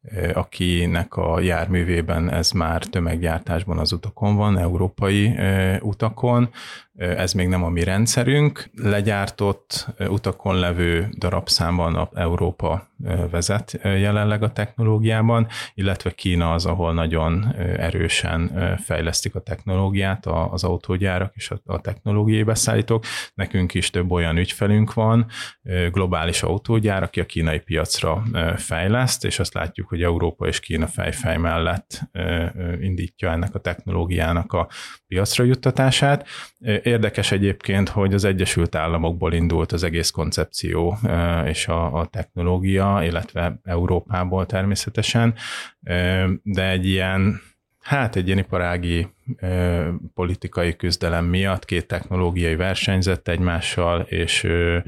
akinek a járművében ez már tömeggyártásban az utakon van, európai utakon. Ez még nem a mi rendszerünk. Legyártott utakon levő darabszámban Európa vezet jelenleg a technológiában, illetve Kína az, ahol nagyon erősen fejlesztik a technológiát az autógyárak és a technológiai beszállítók. Nekünk is több olyan ügyfelünk van, globális autógyár, aki a kínai piacra fejleszt, és azt látjuk, hogy Európa és Kína fejfej mellett indítja ennek a technológiának a piacra juttatását. Érdekes egyébként, hogy az Egyesült Államokból indult az egész koncepció és a, a technológia, illetve Európából természetesen, de egy ilyen, hát egy ilyen iparági politikai küzdelem miatt két technológiai versenyzett egymással, és,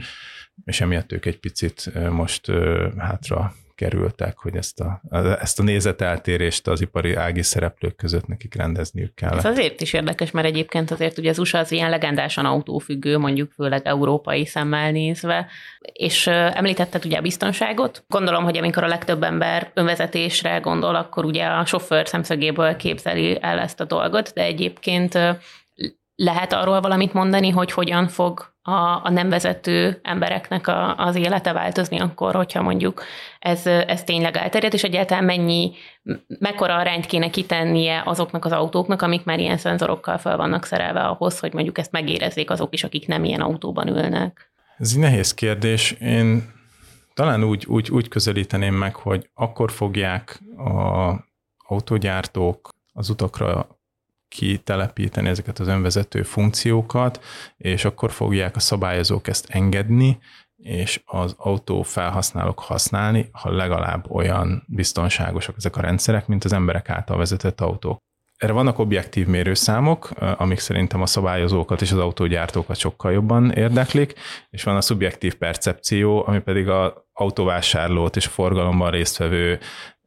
és emiatt ők egy picit most hátra kerültek, hogy ezt a, ezt a nézeteltérést az ipari ági szereplők között nekik rendezniük kell. Ez azért is érdekes, mert egyébként azért ugye az u es á az ilyen legendásan autófüggő, mondjuk főleg európai szemmel nézve, és említetted ugye a biztonságot. Gondolom, hogy amikor a legtöbb ember önvezetésre gondol, akkor ugye a sofőr szemszögéből képzeli el ezt a dolgot, de egyébként lehet arról valamit mondani, hogy hogyan fog a, a nem vezető embereknek a, az élete változni akkor, hogyha mondjuk ez, ez tényleg elterjed, és egyáltalán mennyi, mekkora arányt kéne kitennie azoknak az autóknak, amik már ilyen szenzorokkal fel vannak szerelve ahhoz, hogy mondjuk ezt megérezzék azok is, akik nem ilyen autóban ülnek. Ez egy nehéz kérdés. Én talán úgy, úgy, úgy közelíteném meg, hogy akkor fogják az autógyártók az utakra kitelepíteni ezeket az önvezető funkciókat, és akkor fogják a szabályozók ezt engedni, és az autó felhasználók használni, ha legalább olyan biztonságosak ezek a rendszerek, mint az emberek által vezetett autók. Erre vannak objektív mérőszámok, amik szerintem a szabályozókat és az autógyártókat sokkal jobban érdeklik, és van a szubjektív percepció, ami pedig az autóvásárlót és a forgalomban résztvevő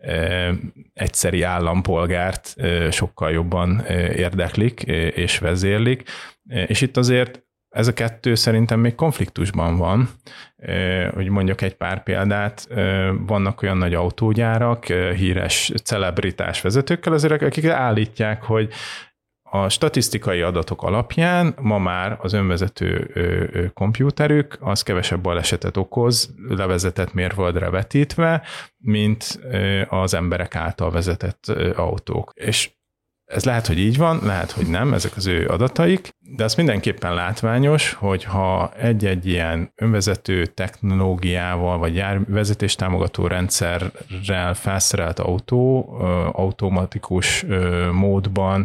egyszeri állampolgárt sokkal jobban érdeklik és vezérlik, és itt azért ez a kettő szerintem még konfliktusban van. Hogy mondjak egy pár példát, vannak olyan nagy autógyárak, híres celebritás vezetőkkel, azért akik állítják, hogy a statisztikai adatok alapján ma már az önvezető kompjúterük az kevesebb balesetet okoz, levezetett mérföldre vetítve, mint az emberek által vezetett autók. És ez lehet, hogy így van, lehet, hogy nem, ezek az ő adataik, de az mindenképpen látványos, hogy ha egy-egy ilyen önvezető technológiával, vagy vezetéstámogató rendszerrel felszerelt autó automatikus módban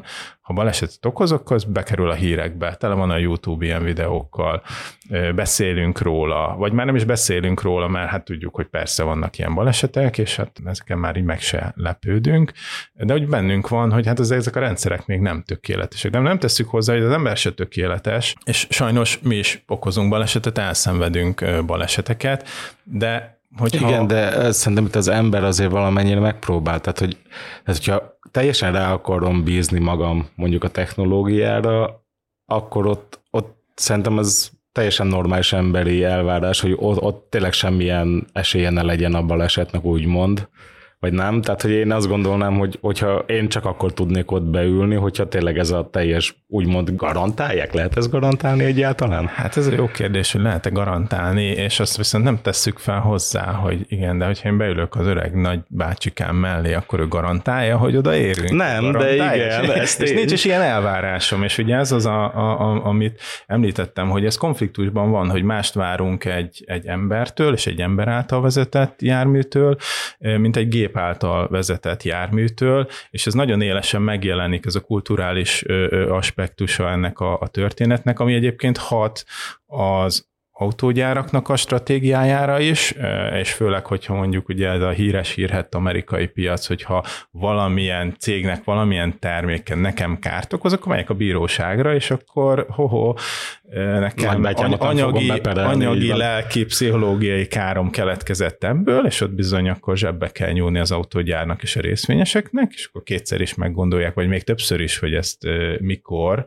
ha balesetet okoz, akkor az bekerül a hírekbe, tele van a YouTube ilyen videókkal, beszélünk róla, vagy már nem is beszélünk róla, mert hát tudjuk, hogy persze vannak ilyen balesetek, és hát ezeken már így meg se lepődünk, de hogy bennünk van, hogy hát ezek a rendszerek még nem tökéletesek. De nem tesszük hozzá, hogy az ember se tökéletes, és sajnos mi is okozunk balesetet, elszenvedünk baleseteket, de hogyha... Igen, de szerintem itt az ember azért valamennyire megpróbál, tehát, hogy, tehát hogyha teljesen rá akarom bízni magam mondjuk a technológiára, akkor ott, ott szerintem az teljesen normális emberi elvárás, hogy ott, ott tényleg semmilyen esélye ne legyen a balesetnek, úgymond, vagy nem. Tehát, hogy én azt gondolnám, hogy hogyha én csak akkor tudnék ott beülni, hogyha tényleg ez a teljes, úgymond garantálják? Lehet ezt garantálni egyáltalán? Hát ez egy jó kérdés, hogy lehet-e garantálni, és azt viszont nem tesszük fel hozzá, hogy igen, de hogyha én beülök az öreg nagy bácsikám mellé, akkor ő garantálja, hogy odaérünk. Nem, de igen. És, és nincs is ilyen elvárásom, és ugye ez az, a, a, a, amit említettem, hogy ez konfliktusban van, hogy mást várunk egy, egy embertől, és egy ember által vezetett járműtől, mint egy gép által vezetett járműtől, és ez nagyon élesen megjelenik, ez a kulturális aspektusa ennek a, a történetnek, ami egyébként hat az autógyáraknak a stratégiájára is, és főleg, hogyha mondjuk ugye ez a híres hírhett amerikai piac, hogyha valamilyen cégnek, valamilyen terméken nekem kárt okoz, akkor megyek a bíróságra, és akkor ho-ho, nekem anyagi, anyagi lelki, pszichológiai károm keletkezett ebből, és ott bizony akkor zsebbe kell nyúlni az autógyárnak és a részvényeseknek, és akkor kétszer is meggondolják, vagy még többször is, hogy ezt mikor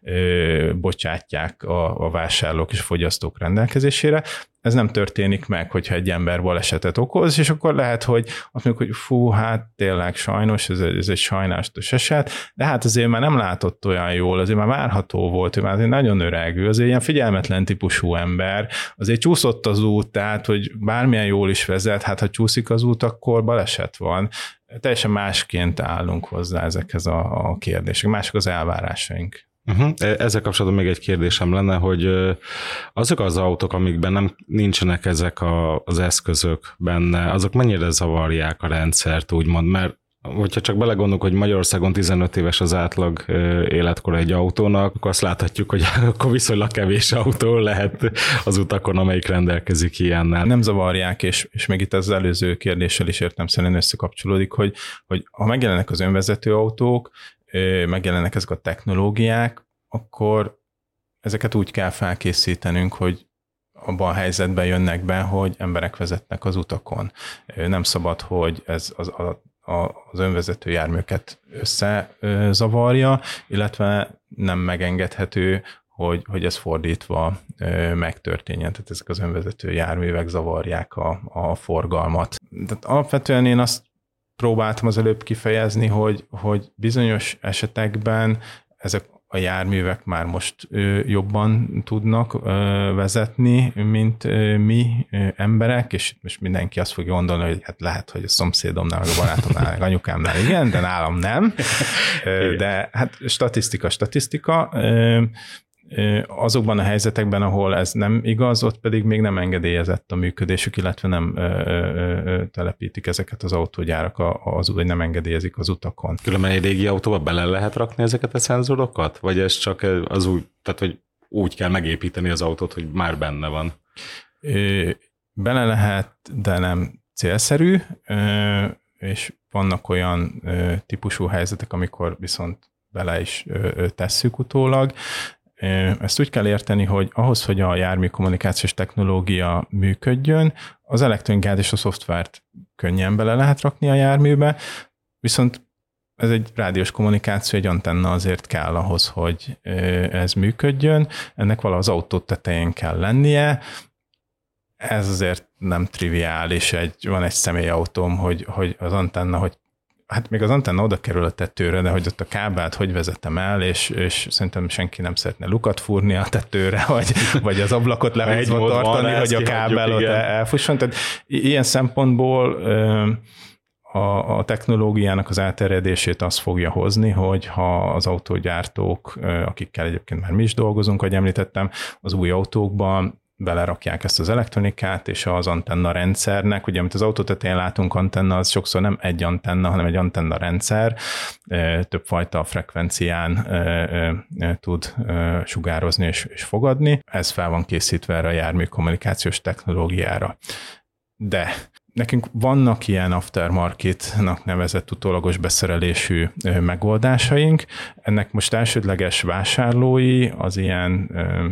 bocsátják a, a vásárlók és a fogyasztók rendelkezésére. Ez nem történik meg, hogyha egy ember balesetet okoz, és akkor lehet, hogy azt mondjuk, hogy fú, hát tényleg sajnos, ez, ez egy sajnálatos eset, de hát azért már nem látott olyan jól, azért már várható volt, ő már azért nagyon öreg, ő azért ilyen figyelmetlen típusú ember, azért csúszott az út, tehát, hogy bármilyen jól is vezet, hát ha csúszik az út, akkor baleset van. Teljesen másként állunk hozzá ezekhez a, a kérdések, mások az elvárásaink. Uh-huh. Ezzel kapcsolatban még egy kérdésem lenne, hogy azok az autók, amikben nem nincsenek ezek a, az eszközök benne, azok mennyire zavarják a rendszert, úgymond, mert hogyha csak belegondolunk, hogy Magyarországon tizenöt éves az átlag életkor egy autónak, akkor azt láthatjuk, hogy akkor viszonylag kevés autó lehet az utakon, amelyik rendelkezik ilyennel. Nem zavarják, és, és még itt az előző kérdéssel is értelemszerűen összekapcsolódik, hogy, hogy ha megjelennek az önvezető autók, megjelennek ezek a technológiák, akkor ezeket úgy kell felkészítenünk, hogy abban a helyzetben jönnek be, hogy emberek vezetnek az utakon. Nem szabad, hogy ez az, a, a, az önvezető járműket összezavarja, illetve nem megengedhető, hogy, hogy ez fordítva megtörténjen. Tehát ezek az önvezető járművek zavarják a, a forgalmat. Tehát alapvetően én azt próbáltam az előbb kifejezni, hogy, hogy bizonyos esetekben ezek a járművek már most jobban tudnak vezetni, mint mi emberek, és most mindenki azt fogja gondolni, hogy hát lehet, hogy a szomszédomnál, a barátomnál, a anyukámnál igen, de nálam nem. De hát statisztika, statisztika. Azokban a helyzetekben, ahol ez nem igaz, ott pedig még nem engedélyezett a működésük, illetve nem ö, ö, ö, telepítik ezeket az autógyárak, az, vagy nem engedélyezik az utakon. Különben egy régi autóba bele lehet rakni ezeket a szenzorokat? Vagy ez csak az úgy, tehát hogy úgy kell megépíteni az autót, hogy már benne van? Ö, bele lehet, de nem célszerű, ö, és vannak olyan ö, típusú helyzetek, amikor viszont bele is ö, ö, tesszük utólag. Ezt úgy kell érteni, hogy ahhoz, hogy a jármű kommunikációs technológia működjön, az elektronikát és a szoftvert könnyen bele lehet rakni a járműbe, viszont ez egy rádiós kommunikáció, egy antenna azért kell ahhoz, hogy ez működjön. Ennek valahogy az autó tetején kell lennie. Ez azért nem triviális. Egy, van egy személyautóm, hogy, hogy az antenna, hogy hát még az antenna oda kerül a tetőre, de hogy ott a kábelt hogy vezetem el, és, és szerintem senki nem szeretne lukat fúrni a tetőre, vagy, vagy az ablakot lehúzva tartani, hogy a kábel ott elfusson. Tehát ilyen szempontból a, a technológiának az elterjedését az fogja hozni, hogy ha az autógyártók, akikkel egyébként már mi is dolgozunk, ahogy említettem, az új autókban belerakják ezt az elektronikát, és az antenna rendszernek, ugye amit az autó tetején látunk antenna, az sokszor nem egy antenna, hanem egy antenna rendszer, többfajta frekvencián tud sugározni és, és fogadni. Ez fel van készítve erre a jármű kommunikációs technológiára. De nekünk vannak ilyen aftermarket-nak nevezett utólagos beszerelésű megoldásaink. Ennek most elsődleges vásárlói az ilyen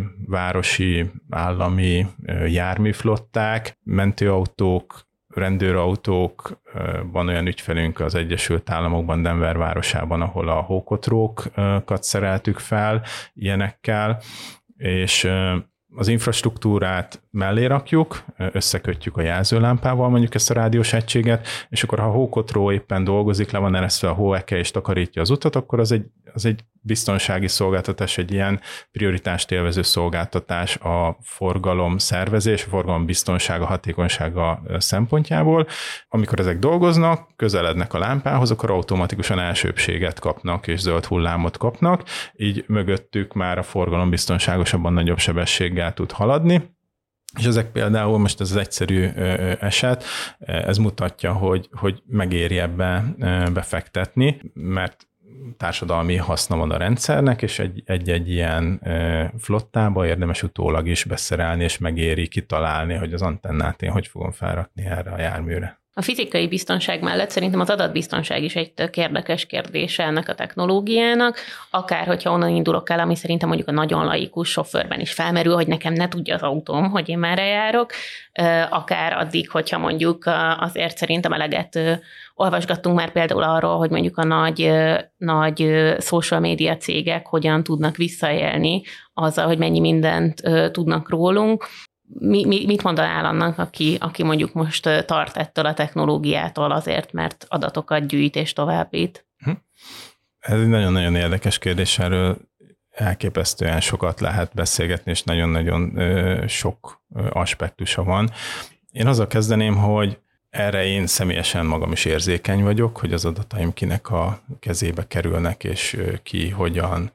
városi, állami járműflották, mentőautók, rendőrautók, van olyan ügyfelünk az Egyesült Államokban, Denver városában, ahol a hókotrókat szereltük fel ilyenekkel, és az infrastruktúrát mellé rakjuk, összekötjük a jelzőlámpával mondjuk ezt a rádiós egységet, és akkor ha a hókotró éppen dolgozik, le van eresztve a hóeke és takarítja az utat, akkor az egy, az egy biztonsági szolgáltatás, egy ilyen prioritást élvező szolgáltatás a forgalom szervezés, a forgalom biztonsága, hatékonysága szempontjából. Amikor ezek dolgoznak, közelednek a lámpához, akkor automatikusan elsőbbséget kapnak és zöld hullámot kapnak, így mögöttük már a forgalom biztonságosabban nagyobb sebességgel tud haladni. És ezek például, most ez az egyszerű eset, ez mutatja, hogy, hogy megéri ebbe befektetni, mert társadalmi haszna van a rendszernek, és egy-egy ilyen flottába érdemes utólag is beszerelni, és megéri kitalálni, hogy az antennát én hogy fogom felrakni erre a járműre. A fizikai biztonság mellett szerintem az adatbiztonság is egy tök érdekes kérdése ennek a technológiának, akár hogyha onnan indulok el, ami szerintem mondjuk a nagyon laikus sofőrben is felmerül, hogy nekem ne tudja az autóm, hogy én merre járok, akár addig, hogyha mondjuk azért szerintem eleget olvasgattunk már például arról, hogy mondjuk a nagy, nagy social media cégek hogyan tudnak visszaélni azzal, hogy mennyi mindent tudnak rólunk. Mi, mi, mit mondanál annak, aki, aki mondjuk most tart ettől a technológiától azért, mert adatokat gyűjt és továbbít? Ez egy nagyon-nagyon érdekes kérdés, erről elképesztően sokat lehet beszélgetni, és nagyon-nagyon sok aspektusa van. Én azzal kezdeném, hogy erre én személyesen magam is érzékeny vagyok, hogy az adataim kinek a kezébe kerülnek, és ki hogyan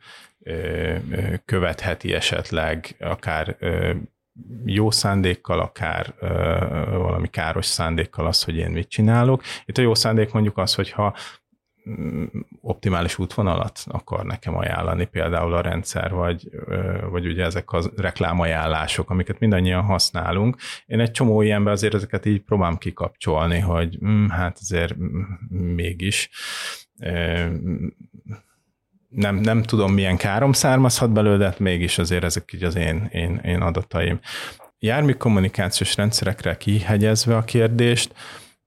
követheti esetleg akár jó szándékkal, akár ö, valami káros szándékkal az, hogy én mit csinálok. Itt a jó szándék mondjuk az, hogyha optimális útvonalat akar nekem ajánlani például a rendszer, vagy, ö, vagy ugye ezek a reklámajánlások, amiket mindannyian használunk. Én egy csomó ilyenben azért ezeket így próbálom kikapcsolni, hogy hm, hát azért mégis ö, Nem, nem tudom, milyen károm származhat belőle, de mégis azért ezek így az én, én, én adataim. Jármű kommunikációs rendszerekre kihegyezve a kérdést,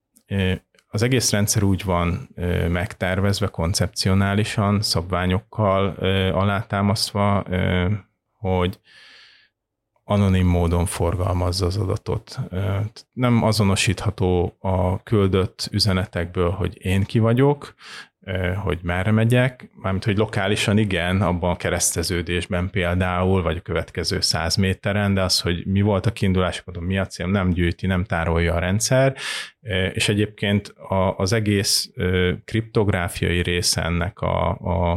az egész rendszer úgy van megtervezve koncepcionálisan, szabványokkal alátámasztva, hogy anonim módon forgalmazza az adatot. Nem azonosítható a küldött üzenetekből, hogy én ki vagyok, hogy merre megyek, mármint, hogy lokálisan igen, abban a kereszteződésben például, vagy a következő száz méteren, de az, hogy mi volt a kiindulás, mondom, mi a cél, nem gyűjti, nem tárolja a rendszer, és egyébként az egész kriptográfiai része ennek a, a,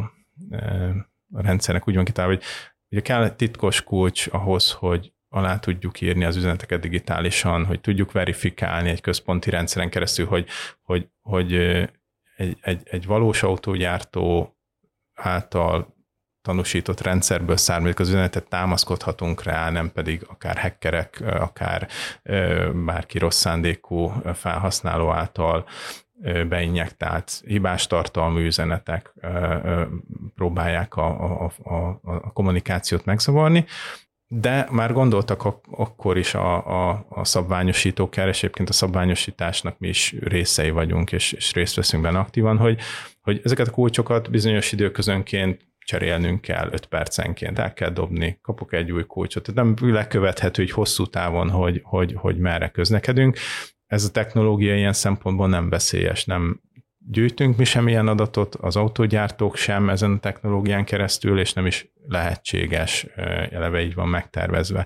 a rendszernek úgy van kitálva, hogy ugye kell egy titkos kulcs ahhoz, hogy alá tudjuk írni az üzeneteket digitálisan, hogy tudjuk verifikálni egy központi rendszeren keresztül, hogy, hogy, hogy Egy, egy, egy valós autógyártó által tanúsított rendszerből származik az üzenetet, támaszkodhatunk rá, nem pedig akár hackerek, akár bárki rossz szándékú felhasználó által beinjektált hibás tartalmú üzenetek próbálják a, a, a, a kommunikációt megzavarni. De már gondoltak ak- akkor is a, a, a szabványosítók erre, és egyébként a szabványosításnak mi is részei vagyunk, és, és részt veszünk benne aktívan, hogy, hogy ezeket a kulcsokat bizonyos időközönként cserélnünk kell, öt percenként el kell dobni, kapok egy új kulcsot. Tehát nem lekövethető így hosszú távon, hogy, hogy, hogy merre közlekedünk. Ez a technológia ilyen szempontból nem veszélyes, nem gyűjtünk mi semmilyen adatot, az autógyártók sem ezen a technológián keresztül, és nem is lehetséges, eleve így van megtervezve.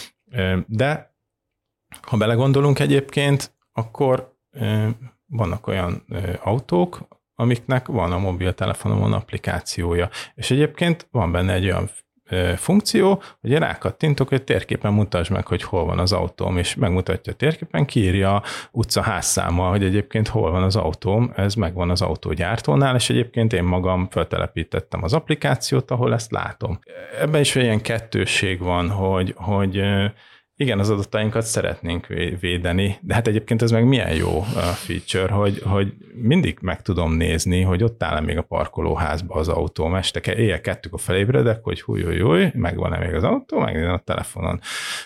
De ha belegondolunk egyébként, akkor vannak olyan autók, amiknek van a mobiltelefonomon applikációja, és egyébként van benne egy olyan funkció, hogy én rákattintok, hogy térképen mutasd meg, hogy hol van az autóm, és megmutatja a térképen, kiírja utca házszámmal, hogy egyébként hol van az autóm, ez megvan az autógyártónál, és egyébként én magam feltelepítettem az applikációt, ahol ezt látom. Ebben is ilyen kettősség van, hogy, hogy igen, az adatainkat szeretnénk védeni, de hát egyébként ez meg milyen jó feature, hogy, hogy mindig meg tudom nézni, hogy ott áll még a parkolóházba az autóm, este éjjel kettőkor felébredek, hogy húj, húj, húj, megvan-e még az autó, megnézem a telefonon.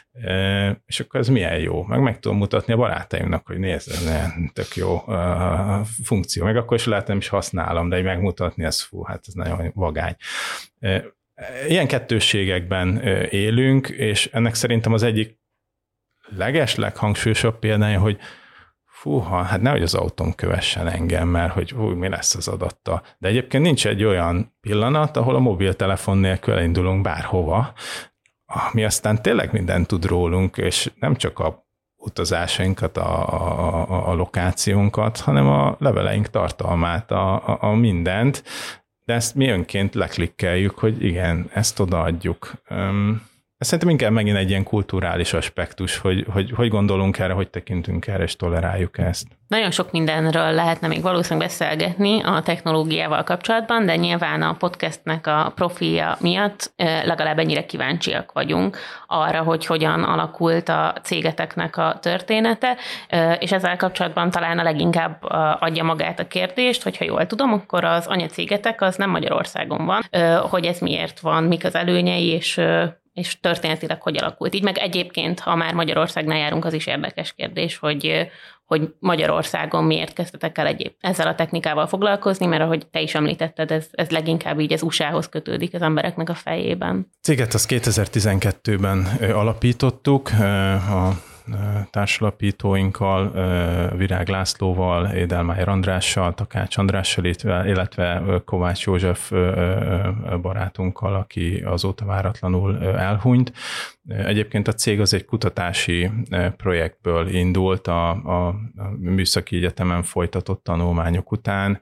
E, és akkor ez milyen jó, meg meg tudom mutatni a barátaimnak, hogy nézd, ez tök jó uh, funkció, meg akkor is lehet nem is használom, de így megmutatni, ez fú, hát ez nagyon vagány. E, ilyen kettősségekben élünk, és ennek szerintem az egyik legesleg hangsúlyosabb példája, hogy fúha, hát nehogy az autóm kövessen engem, mert hogy hú, mi lesz az adatta. De egyébként nincs egy olyan pillanat, ahol a mobiltelefon nélkül elindulunk bárhova, ami aztán tényleg mindent tud rólunk, és nem csak a utazásainkat, a, a, a lokációnkat, hanem a leveleink tartalmát, a, a, a mindent, de ezt mi önként leklikkeljük, hogy igen, ezt odaadjuk. Um, Ez szerintem inkább megint egy ilyen kulturális aspektus, hogy, hogy hogy gondolunk erre, hogy tekintünk erre, és toleráljuk ezt. Nagyon sok mindenről lehetne még valószínűleg beszélgetni a technológiával kapcsolatban, de nyilván a podcastnek a profilja miatt legalább ennyire kíváncsiak vagyunk arra, hogy hogyan alakult a cégeteknek a története, és ezzel kapcsolatban talán a leginkább adja magát a kérdést, hogyha jól tudom, akkor az anyacégetek az nem Magyarországon van, hogy ez miért van, mik az előnyei, és és történetileg hogy alakult. Így meg egyébként, ha már Magyarországnál járunk, az is érdekes kérdés, hogy, hogy Magyarországon miért kezdtetek el egyéb ezzel a technikával foglalkozni, mert ahogy te is említetted, ez, ez leginkább így az u es á-hoz kötődik az embereknek a fejében. Céget azt kétezer-tizenkettőben alapítottuk, a társalapítóinkkal, Virág Lászlóval, Édelmájer Andrással, Takács Andrással, illetve Kovács József barátunkkal, aki azóta váratlanul elhunyt. Egyébként a cég az egy kutatási projektből indult, a, a Műszaki Egyetemen folytatott tanulmányok után,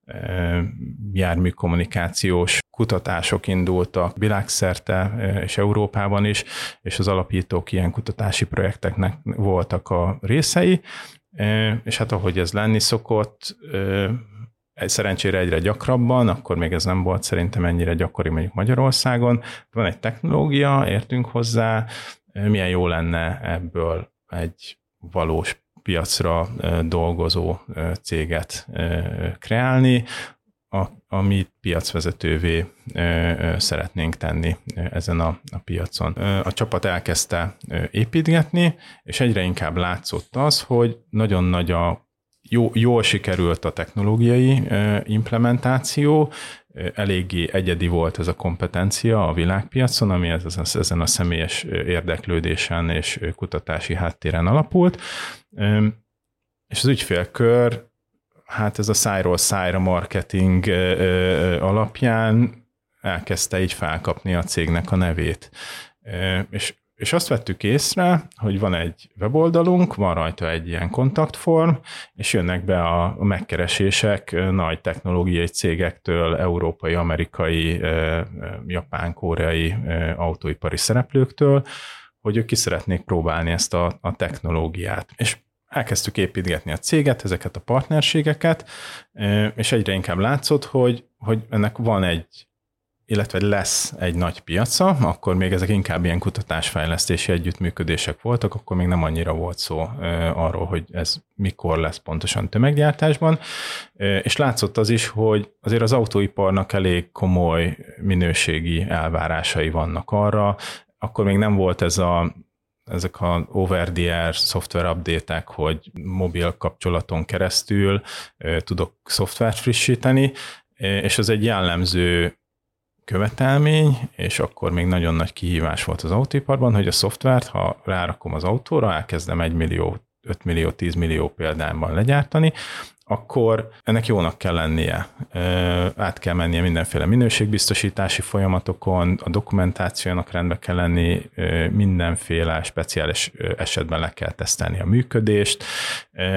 járműkommunikációs kutatások indultak világszerte és Európában is, és az alapítók ilyen kutatási projekteknek voltak a részei, és hát ahogy ez lenni szokott, szerencsére egyre gyakrabban, akkor még ez nem volt szerintem ennyire gyakori mondjuk Magyarországon. Van egy technológia, értünk hozzá, milyen jó lenne ebből egy valós piacra dolgozó céget kreálni, amit piacvezetővé szeretnénk tenni ezen a, a piacon. A csapat elkezdte építgetni, és egyre inkább látszott az, hogy nagyon nagy a jó, jól sikerült a technológiai implementáció, eléggé egyedi volt ez a kompetencia a világpiacon, ami ez, ezen a személyes érdeklődésen és kutatási háttéren alapult, és az ügyfélkör, hát ez a szájról szájra marketing alapján elkezdte így felkapni a cégnek a nevét. És És azt vettük észre, hogy van egy weboldalunk, van rajta egy ilyen kontaktform, és jönnek be a megkeresések nagy technológiai cégektől, európai, amerikai, japán, koreai autóipari szereplőktől, hogy ők ki szeretnék próbálni ezt a, a technológiát. És elkezdtük építgetni a céget, ezeket a partnerségeket, és egyre inkább látszott, hogy, hogy ennek van egy illetve lesz egy nagy piaca, akkor még ezek inkább ilyen kutatásfejlesztési együttműködések voltak, akkor még nem annyira volt szó arról, hogy ez mikor lesz pontosan tömeggyártásban, és látszott az is, hogy azért az autóiparnak elég komoly minőségi elvárásai vannak arra, akkor még nem volt ez a ezek a over-the-air szoftver update-ek, hogy mobil kapcsolaton keresztül tudok szoftvert frissíteni, és ez egy jellemző követelmény, és akkor még nagyon nagy kihívás volt az autóiparban, hogy a szoftvert, ha rárakom az autóra, elkezdem egy millió, öt millió, tíz millió példányban legyártani, akkor ennek jónak kell lennie. Át kell mennie mindenféle minőségbiztosítási folyamatokon, a dokumentációnak rendbe kell lenni, mindenféle speciális esetben le kell tesztelni a működést,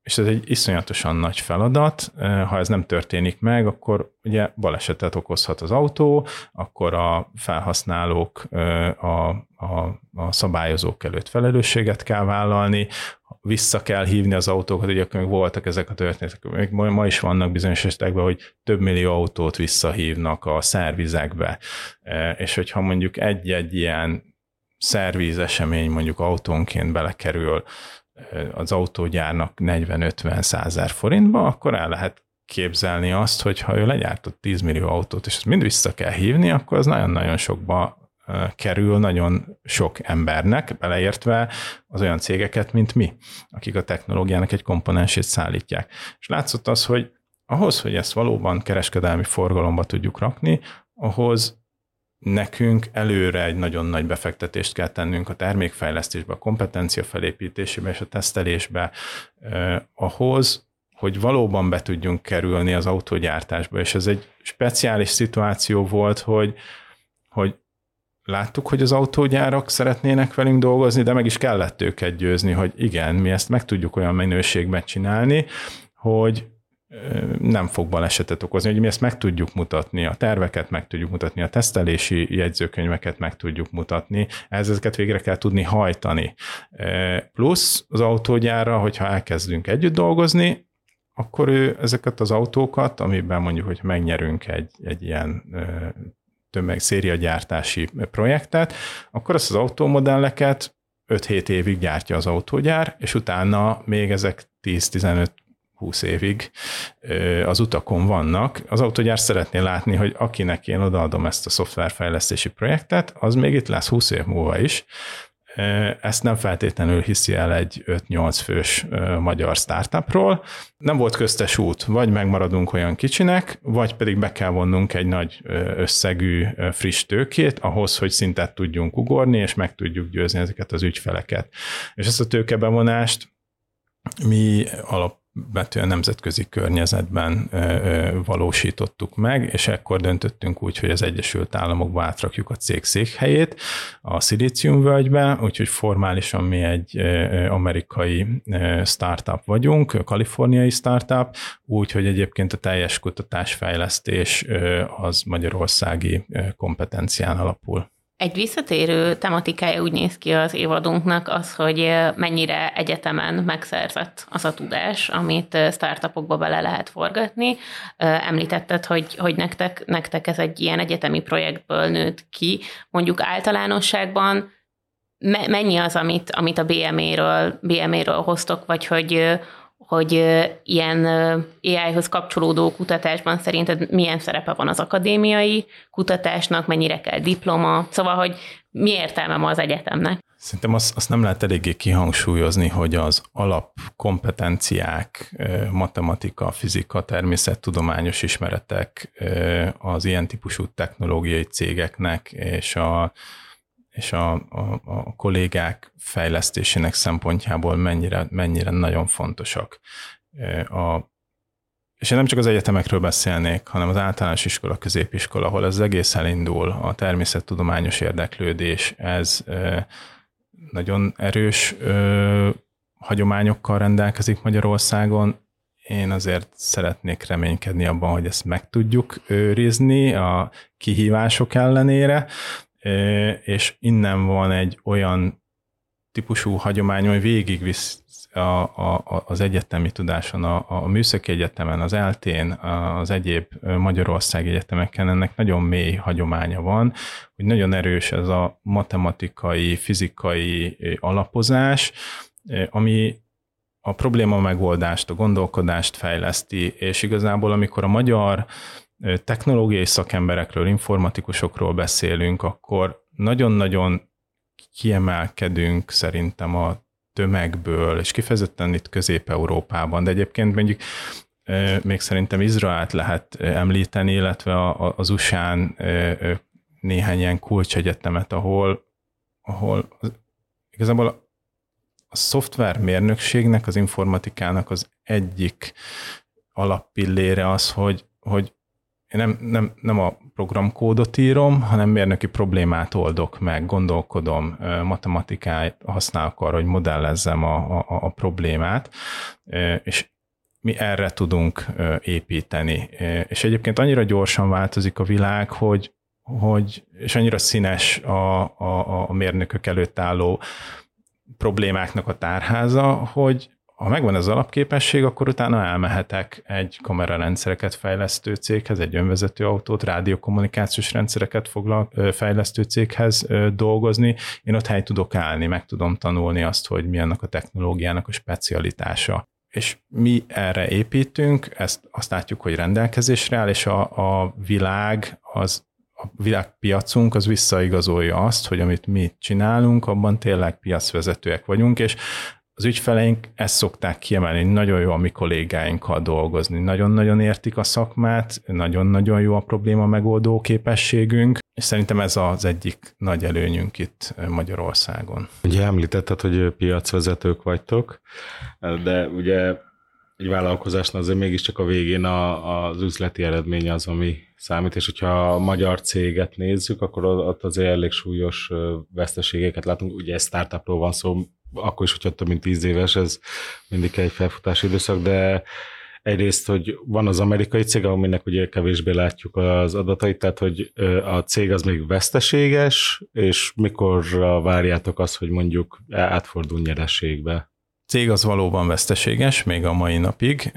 és ez egy iszonyatosan nagy feladat, ha ez nem történik meg, akkor ugye balesetet okozhat az autó, akkor a felhasználók, a, a, a szabályozók előtt felelősséget kell vállalni, vissza kell hívni az autókat, ugye akkor még voltak ezek a történetek, még ma is vannak bizonyos esetekben, hogy több millió autót visszahívnak a szervizekbe, és hogyha mondjuk egy-egy ilyen szerviz esemény mondjuk autónként belekerül az autógyárnak negyven-ötven-százezer forintba, akkor el lehet képzelni azt, hogy ha ő legyártott tíz millió autót, és ezt mind vissza kell hívni, akkor az nagyon-nagyon sokba kerül nagyon sok embernek, beleértve az olyan cégeket, mint mi, akik a technológiának egy komponensét szállítják. És látszott az, hogy ahhoz, hogy ezt valóban kereskedelmi forgalomba tudjuk rakni, ahhoz nekünk előre egy nagyon nagy befektetést kell tennünk a termékfejlesztésbe, a kompetencia felépítésébe és a tesztelésbe, eh, ahhoz, hogy valóban be tudjunk kerülni az autógyártásba. És ez egy speciális szituáció volt, hogy, hogy láttuk, hogy az autógyárak szeretnének velünk dolgozni, de meg is kellett őket győzni, hogy igen, mi ezt meg tudjuk olyan minőségben csinálni, hogy nem fog balesetet okozni, hogy mi ezt meg tudjuk mutatni, a terveket meg tudjuk mutatni, a tesztelési jegyzőkönyveket meg tudjuk mutatni, ehhez ezeket végre kell tudni hajtani. Plusz az autógyárra, hogyha elkezdünk együtt dolgozni, akkor ő ezeket az autókat, amiben mondjuk, hogy megnyerünk egy, egy ilyen tömeg szériagyártási projektet, akkor azt az autómodelleket öt-hét évig gyártja az autógyár, és utána még ezek tíz-tizenöt húsz évig az utakon vannak. Az autógyár szeretné látni, hogy akinek én odaadom ezt a szoftverfejlesztési projektet, az még itt lesz húsz év múlva is. Ezt nem feltétlenül hiszi el egy öt-nyolc fős magyar startupról. Nem volt köztes út, vagy megmaradunk olyan kicsinek, vagy pedig be kell vonnunk egy nagy összegű friss tőkét, ahhoz, hogy szintet tudjunk ugorni, és meg tudjuk győzni ezeket az ügyfeleket. És ezt a tőkebevonást mi alap betűen nemzetközi környezetben ö, ö, valósítottuk meg, és ekkor döntöttünk úgy, hogy az Egyesült Államokba átrakjuk a cég székhelyét a Szilíciumvölgybe, úgyhogy formálisan mi egy ö, amerikai ö, startup vagyunk, kaliforniai startup, úgyhogy egyébként a teljes kutatásfejlesztés ö, az magyarországi ö, kompetencián alapul. Egy visszatérő tematikája úgy néz ki az évadunknak az, hogy mennyire egyetemen megszerzett az a tudás, amit startupokba bele lehet forgatni. Említetted, hogy, hogy nektek, nektek ez egy ilyen egyetemi projektből nőtt ki. Mondjuk általánosságban mennyi az, amit, amit a bé em á-ről, bé em á-ről hoztok, vagy hogy hogy ilyen á i-hoz kapcsolódó kutatásban szerinted milyen szerepe van az akadémiai kutatásnak, mennyire kell diploma, szóval, hogy mi értelme ma az egyetemnek? Szerintem azt, azt nem lehet eléggé kihangsúlyozni, hogy az alapkompetenciák, matematika, fizika, természettudományos ismeretek az ilyen típusú technológiai cégeknek és a és a, a, a kollégák fejlesztésének szempontjából mennyire, mennyire nagyon fontosak. A, és én nem csak az egyetemekről beszélnék, hanem az általános iskola, középiskola, ahol ez az egész elindul, a természettudományos érdeklődés, ez nagyon erős hagyományokkal rendelkezik Magyarországon. Én azért szeretnék reménykedni abban, hogy ezt meg tudjuk őrizni a kihívások ellenére, és innen van egy olyan típusú hagyomány, hogy végigvisz a, a, az egyetemi tudáson, a, a műszaki egyetemen, az eltén, az egyéb magyarországi egyetemeken ennek nagyon mély hagyománya van, hogy nagyon erős ez a matematikai, fizikai alapozás, ami a probléma megoldást, a gondolkodást fejleszti, és igazából amikor a magyar technológiai szakemberekről, informatikusokról beszélünk, akkor nagyon-nagyon kiemelkedünk szerintem a tömegből, és kifejezetten itt Közép-Európában, de egyébként mondjuk még szerintem Izraelt lehet említeni, illetve az u es á-n néhány ilyen kulcsegyetemet, ahol, ahol igazából a szoftvermérnökségnek, az informatikának az egyik alappillére az, hogy, hogy én nem, nem, nem a programkódot írom, hanem mérnöki problémát oldok meg, gondolkodom, matematikát használok arra, hogy modellezzem a, a, a problémát, és mi erre tudunk építeni. És egyébként annyira gyorsan változik a világ, hogy, hogy és annyira színes a, a, a mérnökök előtt álló problémáknak a tárháza, hogy ha megvan az alapképesség, akkor utána elmehetek egy kamerarendszereket fejlesztő céghez, egy önvezető autót, rádiókommunikációs rendszereket foglal, fejlesztő céghez dolgozni. Én ott hely tudok állni, meg tudom tanulni azt, hogy mi annak a technológiának a specialitása. És mi erre építünk, ezt azt látjuk, hogy rendelkezésre áll, és a, a világ, az, a világpiacunk az visszaigazolja azt, hogy amit mi csinálunk, abban tényleg piacvezetőek vagyunk, és az ügyfeleink ezt szokták kiemelni, hogy nagyon jó a mi kollégáinkkal dolgozni, nagyon-nagyon értik a szakmát, nagyon-nagyon jó a probléma megoldó képességünk, és szerintem ez az egyik nagy előnyünk itt Magyarországon. Ugye említetted, hogy piacvezetők vagytok, de ugye egy vállalkozásnál azért mégiscsak a végén a, az üzleti eredmény az, ami számít, és hogyha a magyar céget nézzük, akkor ott azért elég súlyos veszteségeket látunk. Ugye startupról van szó, akkor is, hogyha több mint tíz éves, ez mindig egy felfutási időszak, de egyrészt, hogy van az amerikai cég, aminek ugye kevésbé látjuk az adatait, tehát hogy a cég az még veszteséges, és mikor várjátok azt, hogy mondjuk átfordul nyereségbe? Cég az valóban veszteséges, még a mai napig.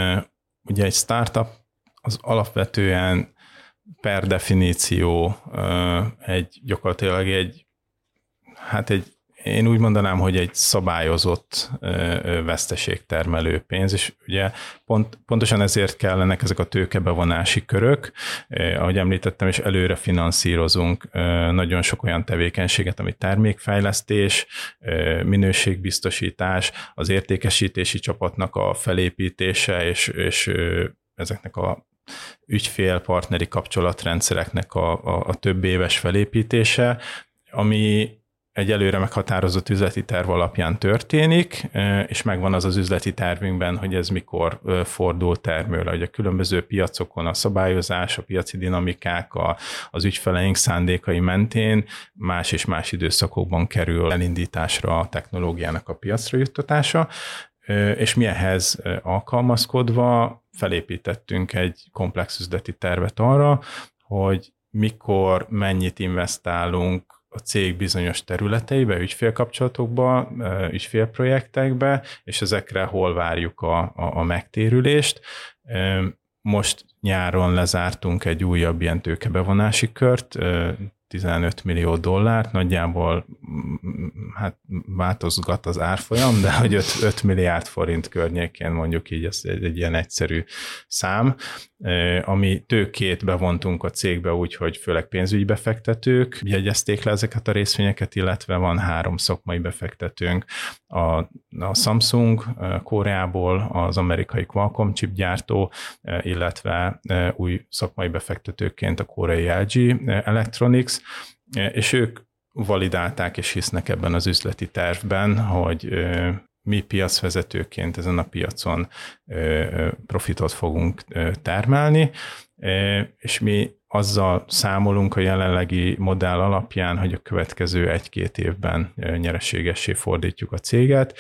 Ugye egy startup az alapvetően per definíció egy gyakorlatilag egy, hát egy én úgy mondanám, hogy egy szabályozott veszteségtermelő pénz, és ugye pont, pontosan ezért kellenek ezek a tőkebevonási körök, ahogy említettem, és előre finanszírozunk nagyon sok olyan tevékenységet, ami termékfejlesztés, minőségbiztosítás, az értékesítési csapatnak a felépítése, és, és ezeknek a ügyfél-partneri kapcsolatrendszereknek a, a, a több éves felépítése, ami egy előre meghatározott üzleti terv alapján történik, és megvan az az üzleti tervünkben, hogy ez mikor fordul termőre, hogy a különböző piacokon a szabályozás, a piaci dinamikák, a, az ügyfeleink szándékai mentén más és más időszakokban kerül elindításra a technológiának a piacra juttatása, és mi ehhez alkalmazkodva felépítettünk egy komplex üzleti tervet arra, hogy mikor mennyit investálunk a cég bizonyos területeibe, ügyfélkapcsolatokba, ügyfélprojektekbe, és ezekre hol várjuk a, a, a megtérülést. Most nyáron lezártunk egy újabb ilyen tőkebevonási kört, tizenöt millió dollárt, nagyjából hát változgat az árfolyam, de hogy öt milliárd forint környékén mondjuk így, ez egy, egy ilyen egyszerű szám, ami tőkét bevontunk a cégbe úgy, hogy főleg pénzügyi befektetők jegyezték le ezeket a részvényeket, illetve van három szakmai befektetőnk, a, a Samsung Koreából, az amerikai Qualcomm chipgyártó, illetve új szakmai befektetőként a koreai el gé Electronics, és ők validálták és hisznek ebben az üzleti tervben, hogy mi piacvezetőként ezen a piacon profitot fogunk termelni, és mi azzal számolunk a jelenlegi modell alapján, hogy a következő egy-két évben nyereségessé fordítjuk a céget,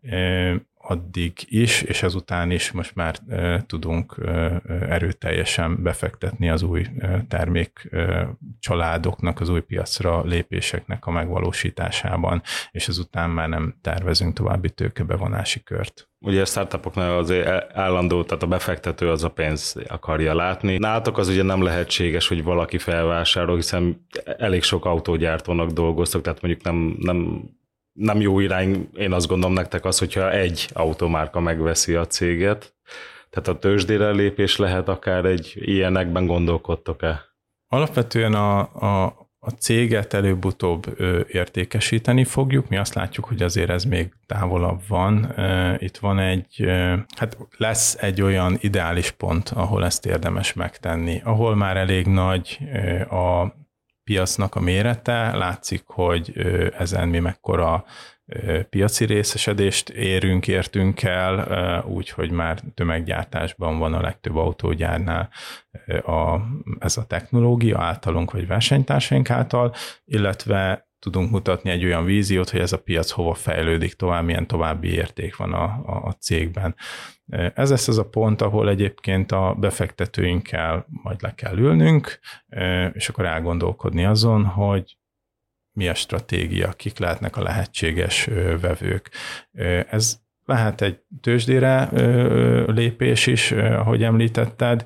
addig is, és ezután is most már e, tudunk e, erőteljesen befektetni az új e, termék e, családoknak, az új piacra lépéseknek a megvalósításában, és ezután már nem tervezünk további tőkebevonási kört. Ugye a startupoknál azért állandó, tehát a befektető az a pénz akarja látni. Nálatok az ugye nem lehetséges, hogy valaki felvásárol, hiszen elég sok autógyártónak dolgoztok, tehát mondjuk nem, nem Nem jó irány, én azt gondolom nektek az, hogyha egy automárka megveszi a céget, tehát a tőzsdére lépés lehet akár egy ilyenekben, gondolkodtok-e? Alapvetően a, a, a céget előbb-utóbb ö, értékesíteni fogjuk, mi azt látjuk, hogy azért ez még távolabb van. Itt van egy, hát lesz egy olyan ideális pont, ahol ezt érdemes megtenni, ahol már elég nagy a piacnak a mérete, látszik, hogy ezen mi mekkora piaci részesedést érünk, értünk el, úgyhogy már tömeggyártásban van a legtöbb autógyárnál a, ez a technológia általunk vagy versenytársaink által, illetve tudunk mutatni egy olyan víziót, hogy ez a piac hova fejlődik tovább, milyen további érték van a, a, a cégben. Ez lesz az a pont, ahol egyébként a befektetőinkkel majd le kell ülnünk, és akkor elgondolkodni azon, hogy mi a stratégia, kik lehetnek a lehetséges vevők. Ez lehet egy tőzsdére lépés is, ahogy említetted.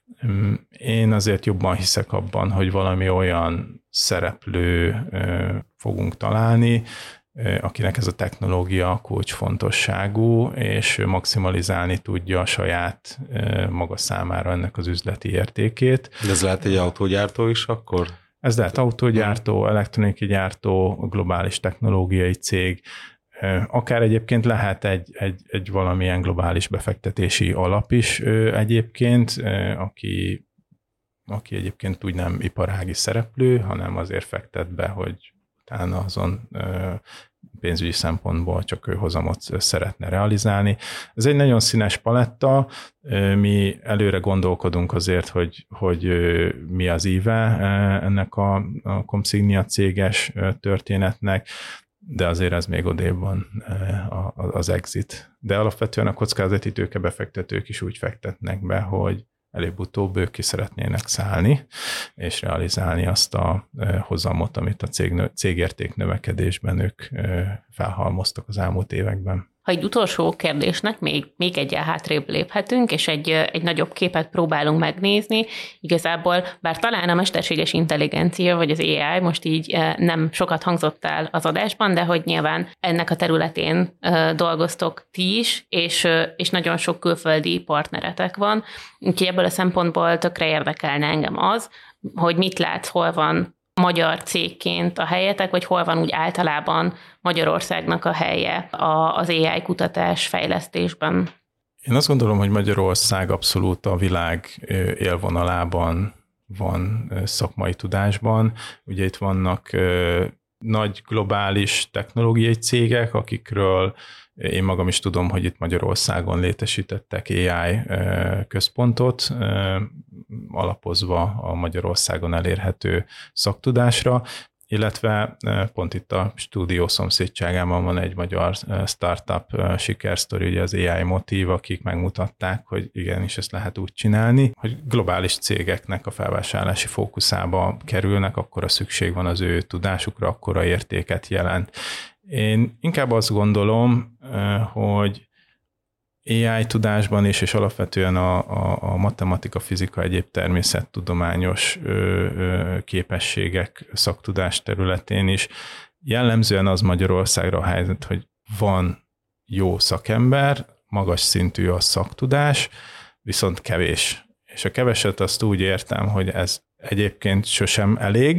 Én azért jobban hiszek abban, hogy valami olyan szereplő fogunk találni, akinek ez a technológia kulcsfontosságú, és maximalizálni tudja a saját maga számára ennek az üzleti értékét. De ez lehet egy autógyártó is akkor? Ez lehet autógyártó, elektronikai gyártó, globális technológiai cég, akár egyébként lehet egy, egy, egy valamilyen globális befektetési alap is egyébként, aki, aki egyébként úgy nem iparági szereplő, hanem azért fektet be, hogy utána azon pénzügyi szempontból csak ő hozamot szeretne realizálni. Ez egy nagyon színes paletta, mi előre gondolkodunk azért, hogy, hogy mi az íve ennek a, a Comsignia céges történetnek, de azért ez még odébb van az exit. De alapvetően a kockázati tőkebefektetők is úgy fektetnek be, hogy előbb-utóbb ők ki szeretnének szállni, és realizálni azt a hozamot, amit a cég, cégérték növekedésben ők felhalmoztak az elmúlt években. Ha egy utolsó kérdésnek még, még egyel hátrébb léphetünk, és egy, egy nagyobb képet próbálunk megnézni, igazából, bár talán a mesterséges intelligencia, vagy az á i most így nem sokat hangzott el az adásban, de hogy nyilván ennek a területén dolgoztok ti is, és, és nagyon sok külföldi partneretek van, úgyhogy ebből a szempontból tökre érdekelne engem az, hogy mit látsz, hol van magyar cégként a helyetek, vagy hol van úgy általában Magyarországnak a helye az á i kutatás fejlesztésben? Én azt gondolom, hogy Magyarország abszolút a világ élvonalában van szakmai tudásban. Ugye itt vannak nagy globális technológiai cégek, akikről én magam is tudom, hogy itt Magyarországon létesítettek á i központot, alapozva a Magyarországon elérhető szaktudásra, illetve pont itt a stúdió szomszédságában van egy magyar startup sikersztori, ugye az á i Motív, akik megmutatták, hogy igenis ezt lehet úgy csinálni, hogy globális cégeknek a felvásárlási fókuszába kerülnek, akkora szükség van az ő tudásukra, akkora értéket jelent. Én inkább azt gondolom, hogy á i tudásban is, és alapvetően a, a, a matematika, fizika, egyéb természettudományos ö, ö, képességek, szaktudás területén is jellemzően az Magyarországra a helyzet, hogy van jó szakember, magas szintű a szaktudás, viszont kevés. És a keveset azt úgy értem, hogy ez egyébként sosem elég,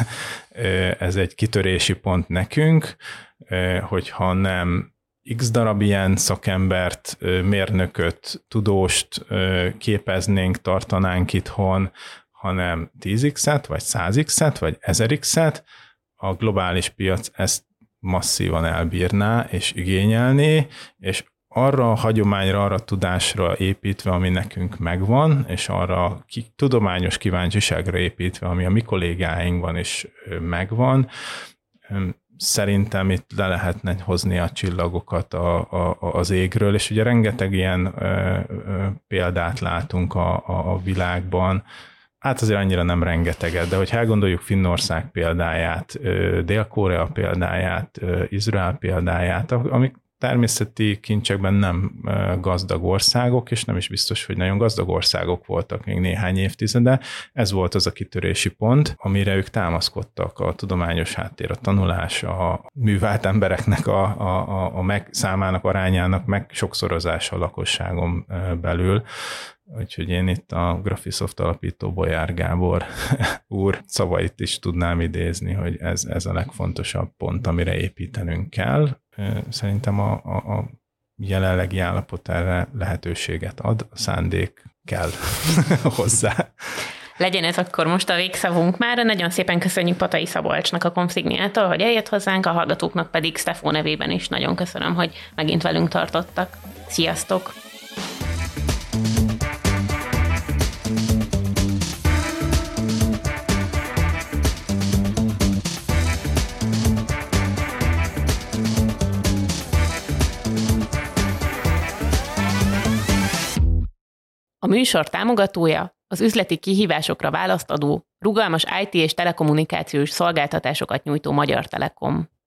ez egy kitörési pont nekünk, hogyha nem x darab ilyen szakembert, mérnököt, tudóst képeznénk, tartanánk itthon, hanem tíz x-et, vagy száz x-et, vagy ezer x-et, a globális piac ezt masszívan elbírná és igényelné, és arra a hagyományra, arra a tudásra építve, ami nekünk megvan, és arra a tudományos kíváncsiságra építve, ami a mi kollégáinkban is megvan, szerintem itt le lehetne hozni a csillagokat a, a, az égről, és ugye rengeteg ilyen ö, ö, példát látunk a, a, a világban, hát azért annyira nem rengeteget, de hogy elgondoljuk Finnország példáját, Dél-Korea példáját, Izrael példáját, amik természeti kincsekben nem gazdag országok, és nem is biztos, hogy nagyon gazdag országok voltak még néhány évtizede. Ez volt az a kitörési pont, amire ők támaszkodtak, a tudományos háttér, a tanulás, a művelt embereknek a, a, a meg, számának, arányának meg sokszorozása a lakosságon belül. Úgyhogy én itt a Graphisoft alapító Bolyár Gábor úr szavait is tudnám idézni, hogy ez, ez a legfontosabb pont, amire építenünk kell. Szerintem a, a, a jelenlegi állapot erre lehetőséget ad, a szándék kell hozzá. Legyen ez akkor most a végszavunk már. Nagyon szépen köszönjük Patai Szabolcsnak a Consigniától, hogy eljött hozzánk, a hallgatóknak pedig Stefó nevében is nagyon köszönöm, hogy megint velünk tartottak. Sziasztok! A műsor támogatója az üzleti kihívásokra választ adó, rugalmas i té és telekommunikációs szolgáltatásokat nyújtó Magyar Telekom.